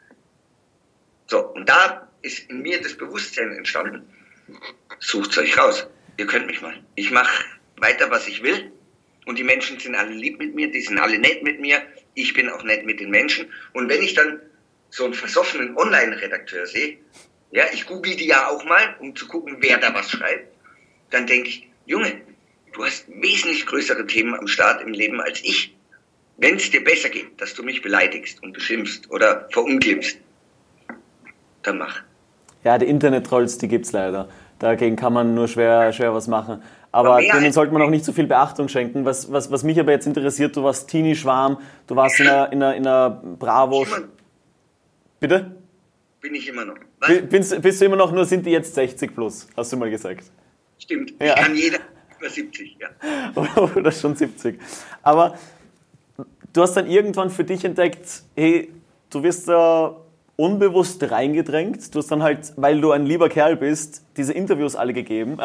So, und da ist in mir das Bewusstsein entstanden, sucht's euch raus, ihr könnt mich mal. Ich mache weiter, was ich will, und die Menschen sind alle lieb mit mir, die sind alle nett mit mir, ich bin auch nett mit den Menschen. Und wenn ich dann so einen versoffenen Online-Redakteur sehe, ja, ich google die ja auch mal, um zu gucken, wer da was schreibt, dann denke ich, Junge, du hast wesentlich größere Themen am Start im Leben als ich. Wenn es dir besser geht, dass du mich beleidigst und beschimpfst oder verunglimpfst, dann mach. Ja, die Internet-Trolls, die gibt's leider. Dagegen kann man nur schwer, schwer was machen. Aber denen sollte man auch nicht so viel Beachtung schenken. Was, was, was mich aber jetzt interessiert, du warst Teenie-Schwarm, du warst in einer, in einer, in einer Bravo... Bitte? Bin ich immer noch. Was? Bist, bist du immer noch, nur sind die jetzt sechzig plus, hast du mal gesagt. Stimmt, ja. Ich kann jeder über siebzig, ja. Oder schon siebzig. Aber du hast dann irgendwann für dich entdeckt, hey, du wirst da unbewusst reingedrängt. Du hast dann halt, weil du ein lieber Kerl bist, diese Interviews alle gegeben.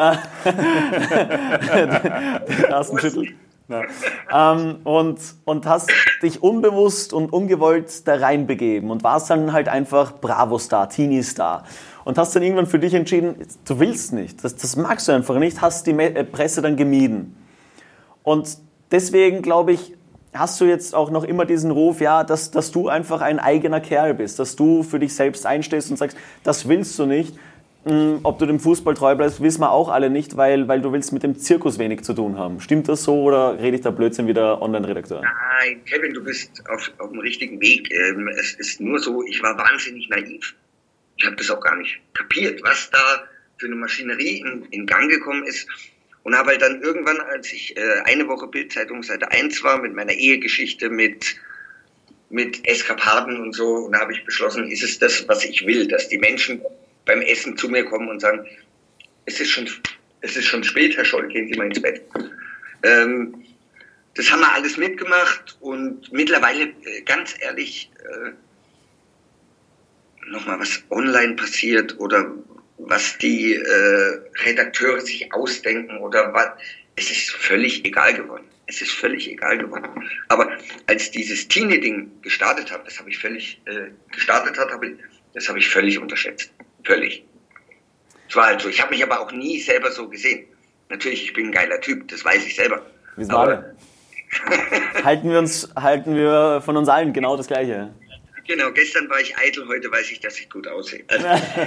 Carsten schüttelt. Ja. Ähm, und, und hast dich unbewusst und ungewollt da reinbegeben und warst dann halt einfach Bravo-Star, Teenie-Star. Und hast dann irgendwann für dich entschieden, du willst nicht, das, das magst du einfach nicht, hast die Presse dann gemieden. Und deswegen, glaube ich, hast du jetzt auch noch immer diesen Ruf, ja, dass, dass du einfach ein eigener Kerl bist, dass du für dich selbst einstehst und sagst, das willst du nicht. Ob du dem Fußball treu bleibst, wissen wir auch alle nicht, weil, weil du willst mit dem Zirkus wenig zu tun haben. Stimmt das so oder rede ich da Blödsinn wie der Online-Redakteur? Nein, Kevin, du bist auf, auf dem richtigen Weg. Es ist nur so, ich war wahnsinnig naiv. Ich habe das auch gar nicht kapiert, was da für eine Maschinerie in, in Gang gekommen ist. Und habe halt dann irgendwann, als ich äh, eine Woche Bild-Zeitung Seite eins war, mit meiner Ehegeschichte, mit, mit Eskapaden und so, und da habe ich beschlossen, ist es das, was ich will, dass die Menschen beim Essen zu mir kommen und sagen, es ist schon, es ist schon spät, Herr Scholl, gehen Sie mal ins Bett. Ähm, das haben wir alles mitgemacht und mittlerweile, äh, ganz ehrlich, äh, nochmal, was online passiert oder was die äh, Redakteure sich ausdenken oder was, es ist völlig egal geworden. Es ist völlig egal geworden. Aber als dieses Teenie-Ding gestartet hat, das habe ich völlig äh, gestartet hat, habe ich, das habe ich völlig unterschätzt. Völlig. Es war halt so. Ich habe mich aber auch nie selber so gesehen. Natürlich, ich bin ein geiler Typ, das weiß ich selber. Wie sind alle? halten wir uns, halten wir von uns allen genau das Gleiche. Genau, gestern war ich eitel, heute weiß ich, dass ich gut aussehe. Also,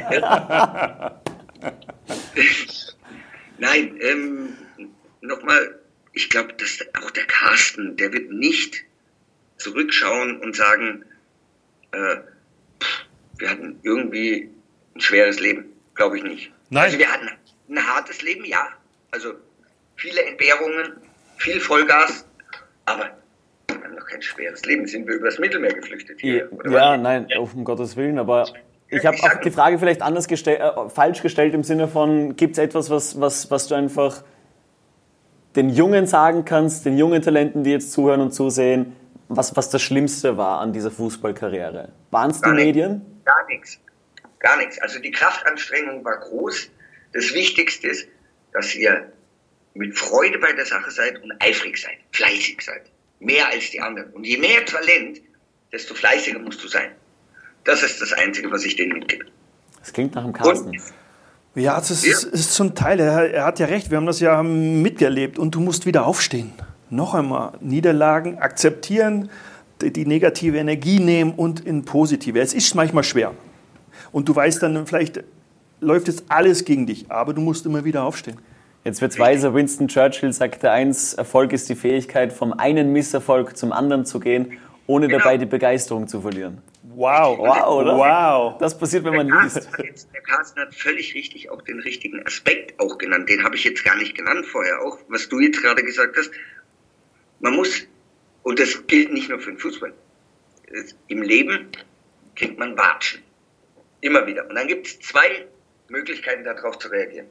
Nein, ähm, nochmal, ich glaube, dass auch der Carsten, der wird nicht zurückschauen und sagen, äh, pff, wir hatten irgendwie ein schweres Leben. Glaube ich nicht. Nein. Also wir hatten ein hartes Leben, ja. Also viele Entbehrungen, viel Vollgas, aber wir haben noch kein schweres Leben. Sind wir übers Mittelmeer geflüchtet hier? Ja, ja nein, um Gottes Willen, aber ich habe auch die Frage vielleicht anders gestell, äh, falsch gestellt im Sinne von, gibt es etwas, was, was, was du einfach den Jungen sagen kannst, den jungen Talenten, die jetzt zuhören und zusehen, was, was das Schlimmste war an dieser Fußballkarriere? Waren es die Medien? Gar nichts. Gar nichts. Also die Kraftanstrengung war groß. Das Wichtigste ist, dass ihr mit Freude bei der Sache seid und eifrig seid, fleißig seid. Mehr als die anderen. Und je mehr Talent, desto fleißiger musst du sein. Das ist das Einzige, was ich denen mitgebe. Das klingt nach dem Carsten. Und, ja, das ist, ja. ist zum Teil, er, er hat ja recht, wir haben das ja miterlebt und du musst wieder aufstehen. Noch einmal, Niederlagen akzeptieren, die, die negative Energie nehmen und in positive. Es ist manchmal schwer. Und du weißt dann, vielleicht läuft jetzt alles gegen dich, aber du musst immer wieder aufstehen. Jetzt wird's weiser, Winston Churchill sagte eins, Erfolg ist die Fähigkeit, vom einen Misserfolg zum anderen zu gehen, ohne genau. dabei die Begeisterung zu verlieren. Wow, wow, oder? Wow. Das passiert, wenn der man Carsten liest. Jetzt, der Carsten hat völlig richtig auch den richtigen Aspekt auch genannt. Den habe ich jetzt gar nicht genannt vorher, auch was du jetzt gerade gesagt hast. Man muss, und das gilt nicht nur für den Fußball, im Leben kriegt man Watschen. Immer wieder. Und dann gibt es zwei Möglichkeiten, darauf zu reagieren.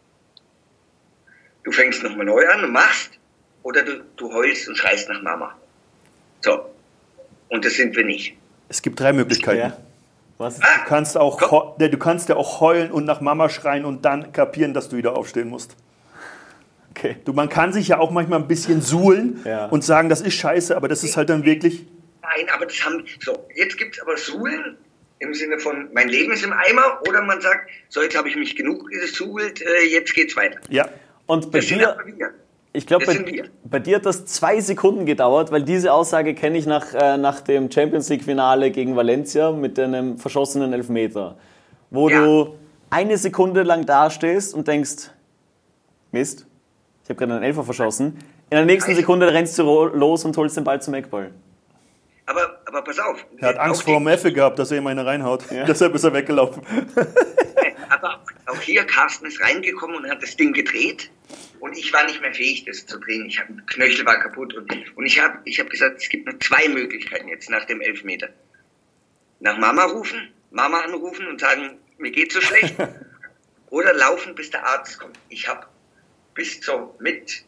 Du fängst nochmal neu an und machst, oder du, du heulst und schreist nach Mama. So. Und das sind wir nicht. Es gibt drei Möglichkeiten. Ja. Was? Du kannst, auch, du kannst ja auch heulen und nach Mama schreien und dann kapieren, dass du wieder aufstehen musst. Okay. Du, man kann sich ja auch manchmal ein bisschen suhlen ja. und sagen, das ist scheiße, aber das ist halt dann wirklich... Nein, aber das haben... So, jetzt gibt es aber Suhlen im Sinne von, mein Leben ist im Eimer, oder man sagt, so, jetzt habe ich mich genug gesuhlt, äh, jetzt geht's weiter. Ja. Und bei das dir... Ich glaube, bei, bei dir hat das zwei Sekunden gedauert, weil diese Aussage kenne ich nach, äh, nach dem Champions-League-Finale gegen Valencia mit einem verschossenen Elfmeter, wo ja. du eine Sekunde lang dastehst und denkst, Mist, ich habe gerade einen Elfer verschossen. In der nächsten Sekunde rennst du los und holst den Ball zum Eckball. Aber, aber pass auf. Er hat Angst vor dem Effe gehabt, dass er ihm eine reinhaut. Ja. Deshalb ist er weggelaufen. Aber auch hier, Carsten ist reingekommen und hat das Ding gedreht. Und ich war nicht mehr fähig, das zu drehen. Ich hab, Knöchel war kaputt. Und, und ich habe ich hab gesagt, es gibt nur zwei Möglichkeiten jetzt nach dem Elfmeter. Nach Mama rufen, Mama anrufen und sagen, mir geht's so schlecht. Oder laufen, bis der Arzt kommt. Ich habe bis zur, mit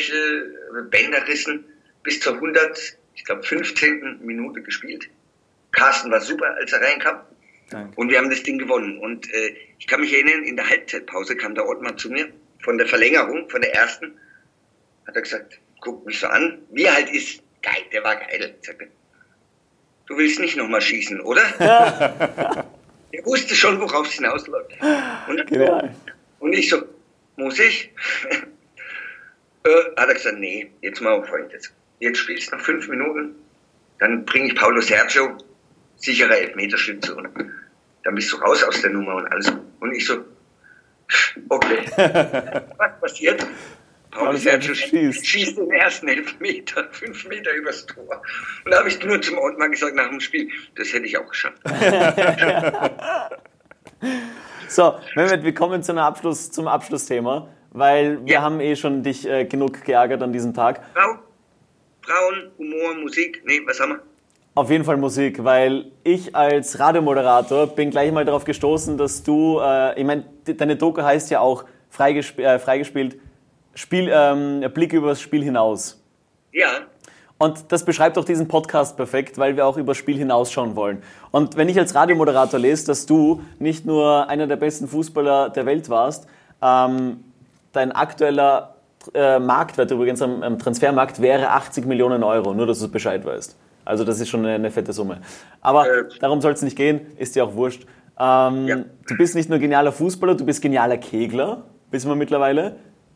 Knöchel, Bänderrissen, bis zur hundert, ich glaube fünfzehnten Minute gespielt. Carsten war super, als er reinkam. Danke. Und wir haben das Ding gewonnen. Und äh, ich kann mich erinnern, in der Halbzeitpause kam der Ottmar zu mir von der Verlängerung, von der ersten. Hat er gesagt, guckt mich so an, wie er halt ist. Geil, der war geil. Sagt er, du willst nicht nochmal schießen, oder? Er wusste schon, worauf es hinausläuft. Und, Geil. und ich so, muss ich? äh, hat er gesagt, nee, jetzt mal Folgendes. Jetzt spielst du noch fünf Minuten, dann bringe ich Paulo Sergio, sicherer Elfmeterschütze, und dann bist du raus aus der Nummer und alles. Und ich so, okay, was passiert? Paulo Sergio schießt. schießt den ersten Elfmeter, fünf Meter übers Tor. Und da habe ich nur zum Ottmar gesagt nach dem Spiel, das hätte ich auch geschafft. So, Mehmet, wir kommen zu einer Abschluss, zum Abschlussthema, weil wir Ja. haben eh schon dich äh, genug geärgert an diesem Tag. Frau, Frauen, Humor, Musik, nee, was haben wir? Auf jeden Fall Musik, weil ich als Radiomoderator bin gleich mal darauf gestoßen, dass du, äh, ich meine, deine Doku heißt ja auch freigesp äh, freigespielt, Spiel, ähm, Blick über das Spiel hinaus. Ja, Und das beschreibt auch diesen Podcast perfekt, weil wir auch über das Spiel hinausschauen wollen. Und wenn ich als Radiomoderator lese, dass du nicht nur einer der besten Fußballer der Welt warst, ähm, dein aktueller äh, Marktwert übrigens am, am Transfermarkt wäre achtzig Millionen Euro, nur dass du Bescheid weißt. Also das ist schon eine, eine fette Summe. Aber Äh. darum soll es nicht gehen, ist dir auch wurscht. Ähm, Ja. Du bist nicht nur genialer Fußballer, du bist genialer Kegler, wissen wir mittlerweile.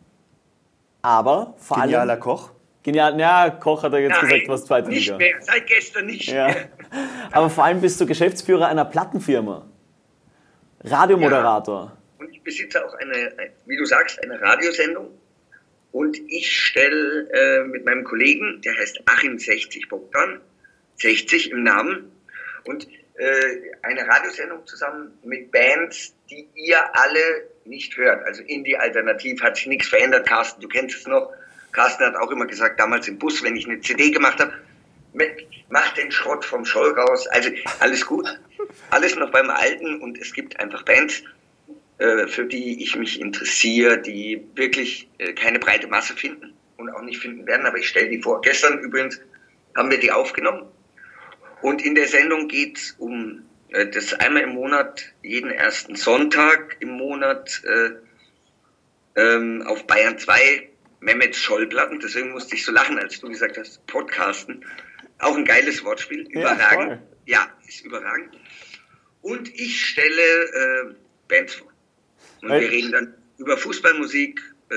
Aber vor Genialer allem... Koch. Genial, ja, Koch hat er jetzt nein, gesagt, was zweite nicht Liga. mehr, seit gestern nicht Ja. mehr. Aber vor allem bist du Geschäftsführer einer Plattenfirma. Radiomoderator. Und ich besitze auch eine, wie du sagst, eine Radiosendung. Und ich stelle äh, mit meinem Kollegen, der heißt Achim sechzig Bogdan, sechzig im Namen, und äh, eine Radiosendung zusammen mit Bands, die ihr alle nicht hört. Also Indie-Alternativ, hat sich nichts verändert. Carsten, du kennst es noch. Carsten hat auch immer gesagt, damals im Bus, wenn ich eine C D gemacht habe, mach den Schrott vom Scholl raus. Also alles gut, alles noch beim Alten, und es gibt einfach Bands, äh, für die ich mich interessiere, die wirklich äh, keine breite Masse finden und auch nicht finden werden, aber ich stelle die vor. Gestern übrigens haben wir die aufgenommen, und in der Sendung geht es um äh, das einmal im Monat, jeden ersten Sonntag im Monat äh, ähm, auf Bayern zwei Mehmets Schollplatten, deswegen musste ich so lachen, als du gesagt hast, Podcasten. Auch ein geiles Wortspiel, überragend. voll. Ja, ist überragend. Und ich stelle äh, Bands vor. Und Weil- wir reden dann über Fußballmusik,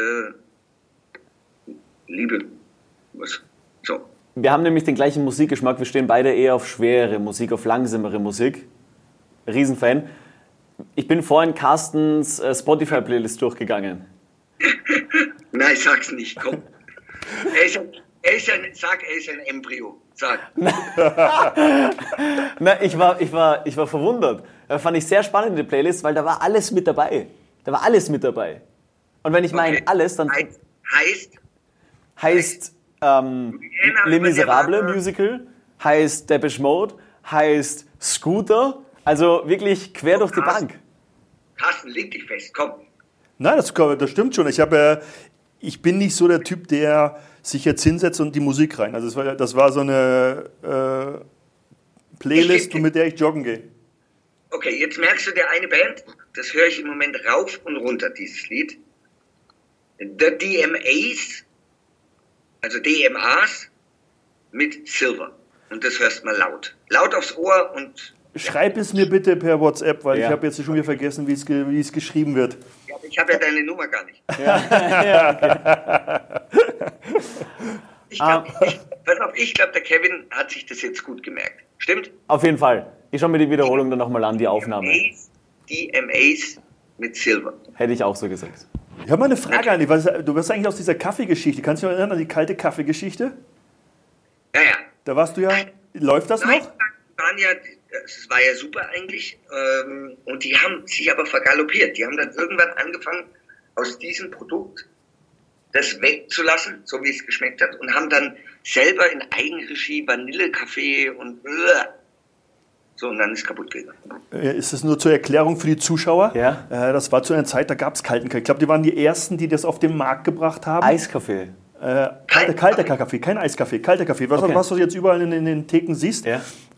äh, Liebe, was, so. Wir haben nämlich den gleichen Musikgeschmack. Wir stehen beide eher auf schwere Musik, auf langsamere Musik. Riesenfan. Ich bin vorhin Carstens äh, Spotify-Playlist durchgegangen. Nein, sag's nicht, komm. Er ist ein, er ist ein, sag, er ist ein Embryo. Sag. Na, ich war, ich war, ich war verwundert. Das fand ich sehr spannend, die Playlist, weil da war alles mit dabei. Da war alles mit dabei. Und wenn ich meine Okay. alles, dann Heißt, heißt heißt ähm, Les Miserables Musical, heißt Depeche Mode, heißt Scooter, also wirklich quer durch die Bank. Carsten, leg dich fest, komm. Nein, das, das stimmt schon. Ich, hab, äh, ich bin nicht so der Typ, der sich jetzt hinsetzt und die Musik rein. Also das war, das war so eine äh, Playlist, Ich- mit der ich joggen gehe. Okay, jetzt merkst du, der eine Band, das höre ich im Moment rauf und runter, dieses Lied. The D M As, also D M As mit Silver. Und das hörst mal laut. Laut aufs Ohr und... Schreib es mir bitte per WhatsApp, weil Ja. ich habe jetzt schon wieder vergessen, wie es, ge- wie es geschrieben wird. Ja, ich habe ja deine Nummer gar nicht. Ich glaub, ich, pass auf, ich glaube, der Kevin hat sich das jetzt gut gemerkt. Stimmt? Auf jeden Fall. Ich schaue mir die Wiederholung dann nochmal an, die Aufnahme. D M As mit Silver. Hätte ich auch so gesagt. Ich habe mal eine Frage an dich. Was- Du wirst eigentlich aus dieser Kaffeegeschichte. Kannst du dich noch erinnern an die kalte Kaffeegeschichte? Ja, ja. Da warst du ja. Läuft das Nein, noch? die waren ja, es war ja super eigentlich, ähm, und die haben sich aber vergaloppiert. Die haben dann irgendwann angefangen, aus diesem Produkt das wegzulassen, so wie es geschmeckt hat, und haben dann selber in Eigenregie Vanillekaffee und äh, so, und dann ist es kaputt gegangen. Äh, Ist das nur zur Erklärung für die Zuschauer? Ja. Äh, Das war zu einer Zeit, da gab es kalten Kaffee. Ich glaube, die waren die Ersten, die das auf den Markt gebracht haben. Eiskaffee. Äh, kalter, kalter Kaffee, kein Eiskaffee, kalter Kaffee. Was, Okay. was du jetzt überall in, in den Theken siehst. Ja.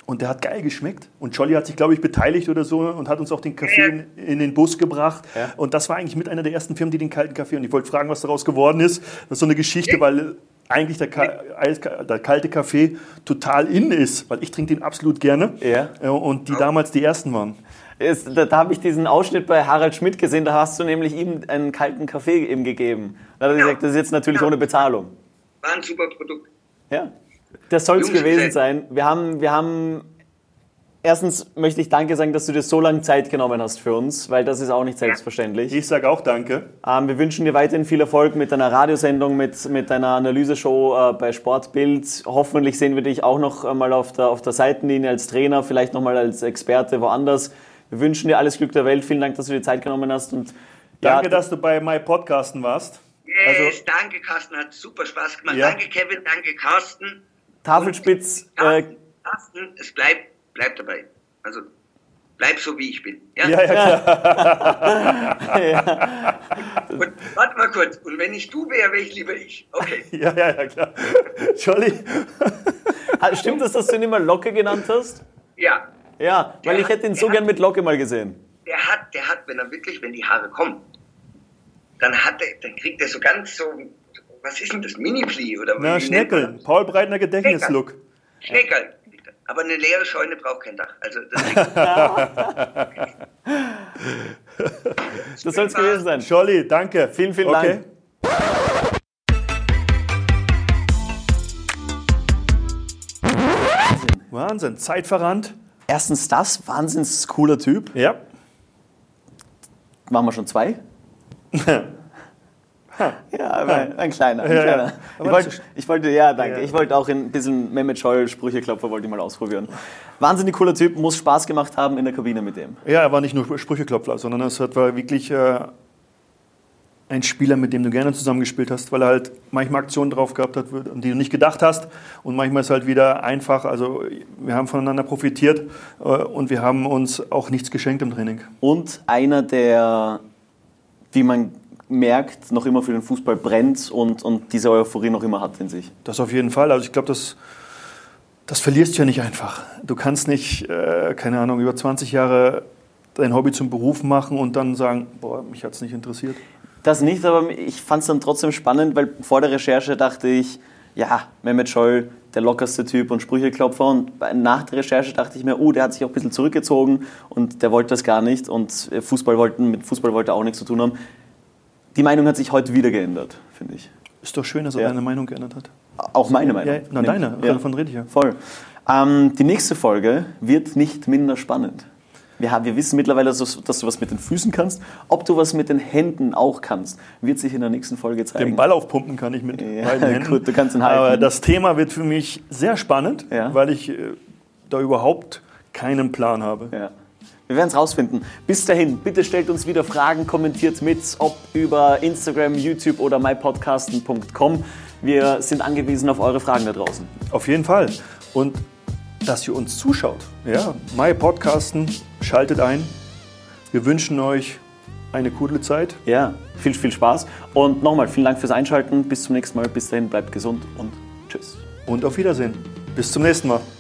Und der hat geil geschmeckt. Und Jolly hat sich, glaube ich, beteiligt oder so und hat uns auch den Kaffee in, in den Bus gebracht. Ja. Und das war eigentlich mit einer der ersten Firmen, die den kalten Kaffee. Und ich wollte fragen, was daraus geworden ist. Das ist so eine Geschichte, weil eigentlich der, der kalte Kaffee total in ist. Weil ich trinke den absolut gerne. Ja. Und die damals die ersten waren. Ist, da da habe ich diesen Ausschnitt bei Harald Schmidt gesehen. Da hast du nämlich ihm einen kalten Kaffee eben gegeben. Da hat er gesagt, das ist jetzt natürlich ohne Bezahlung. War ein super Produkt. Ja. Das soll es gewesen sein. Wir haben, wir haben, erstens möchte ich Danke sagen, dass du dir so lange Zeit genommen hast für uns, weil das ist auch nicht selbstverständlich. Ich sage auch Danke. Ähm, wir wünschen dir weiterhin viel Erfolg mit deiner Radiosendung, mit, mit deiner Analyseshow äh, bei Sportbild. Hoffentlich sehen wir dich auch noch einmal auf der, auf der Seitenlinie als Trainer, vielleicht nochmal als Experte woanders. Wir wünschen dir alles Glück der Welt. Vielen Dank, dass du dir Zeit genommen hast. Und, Danke, ja, dass du bei My Podcasten warst. Yes, also, danke Carsten, hat super Spaß gemacht. Ja. Danke Kevin, danke Carsten. Tafelspitz. Carsten, äh, Carsten, es bleibt, bleibt dabei. Also bleib so, wie ich bin. Ja, ja, ja klar. ja. Und warte mal kurz. Und wenn ich du wäre, wäre ich lieber ich. Okay. Ja, ja, ja, klar. Jolly. Stimmt das, dass du ihn immer Locke genannt hast? Ja. Ja, weil der ich hat, hätte ihn so gern mit Locke mal gesehen. Der hat, der hat, wenn er wirklich, wenn die Haare kommen, dann hat er, dann kriegt er so ganz so, was ist denn das, Mini-Pli oder was? Na, Schneckeln, Paul Breitner Gedächtnislook. Schneckeln. Aber eine leere Scheune braucht kein Dach. Also das das soll es gewesen sein. Jolly, danke. Vielen, vielen okay. Dank. Wahnsinn. Wahnsinn, Zeit verrannt. Erstens das, wahnsinns cooler Typ. Ja. Machen wir schon zwei? Ja, aber ein kleiner. Ein kleiner. Ja, ja. Ich, wollte, ich wollte, ja, danke. Ja. Ich wollte auch ein bisschen Mehmet Scholl Sprücheklopfer wollte ich mal ausprobieren. Wahnsinnig cooler Typ, muss Spaß gemacht haben in der Kabine mit dem. Ja, er war nicht nur Sprücheklopfer, sondern es war wirklich äh, ein Spieler, mit dem du gerne zusammengespielt hast, weil er halt manchmal Aktionen drauf gehabt hat, an die du nicht gedacht hast. Und manchmal ist halt wieder einfach. Also wir haben voneinander profitiert äh, und wir haben uns auch nichts geschenkt im Training. Und einer, der, wie man merkt, noch immer für den Fußball brennt und, und diese Euphorie noch immer hat in sich. Das auf jeden Fall. Also ich glaube, das, das verlierst du ja nicht einfach. Du kannst nicht, äh, keine Ahnung, über zwanzig Jahre dein Hobby zum Beruf machen und dann sagen, boah, mich hat es nicht interessiert. Das nicht, aber ich fand es dann trotzdem spannend, weil vor der Recherche dachte ich, ja, Mehmet Scholl, der lockerste Typ und Sprücheklopfer. Und nach der Recherche dachte ich mir, oh, der hat sich auch ein bisschen zurückgezogen und der wollte das gar nicht und Fußball wollten, mit Fußball wollte er auch nichts zu tun haben. Die Meinung hat sich heute wieder geändert, finde ich. Ist doch schön, dass er ja. seine Meinung geändert hat. Auch meine Meinung. Ja, na, deine, ja. davon rede ich ja. Voll. Ähm, die nächste Folge wird nicht minder spannend. Wir, haben, wir wissen mittlerweile, dass du, dass du was mit den Füßen kannst. Ob du was mit den Händen auch kannst, wird sich in der nächsten Folge zeigen. Den Ball aufpumpen kann ich mit ja, beiden Händen. Gut, du kannst ihn halten. Aber das Thema wird für mich sehr spannend, ja. weil ich äh, da überhaupt keinen Plan habe. Ja. Wir werden es rausfinden. Bis dahin, bitte stellt uns wieder Fragen, kommentiert mit, ob über Instagram, YouTube oder my podcasten punkt com. Wir sind angewiesen auf eure Fragen da draußen. Auf jeden Fall. Und dass ihr uns zuschaut. Ja, MyPodcasten, schaltet ein. Wir wünschen euch eine coole Zeit. Ja, viel, viel Spaß. Und nochmal, vielen Dank fürs Einschalten. Bis zum nächsten Mal. Bis dahin, bleibt gesund und tschüss. Und auf Wiedersehen. Bis zum nächsten Mal.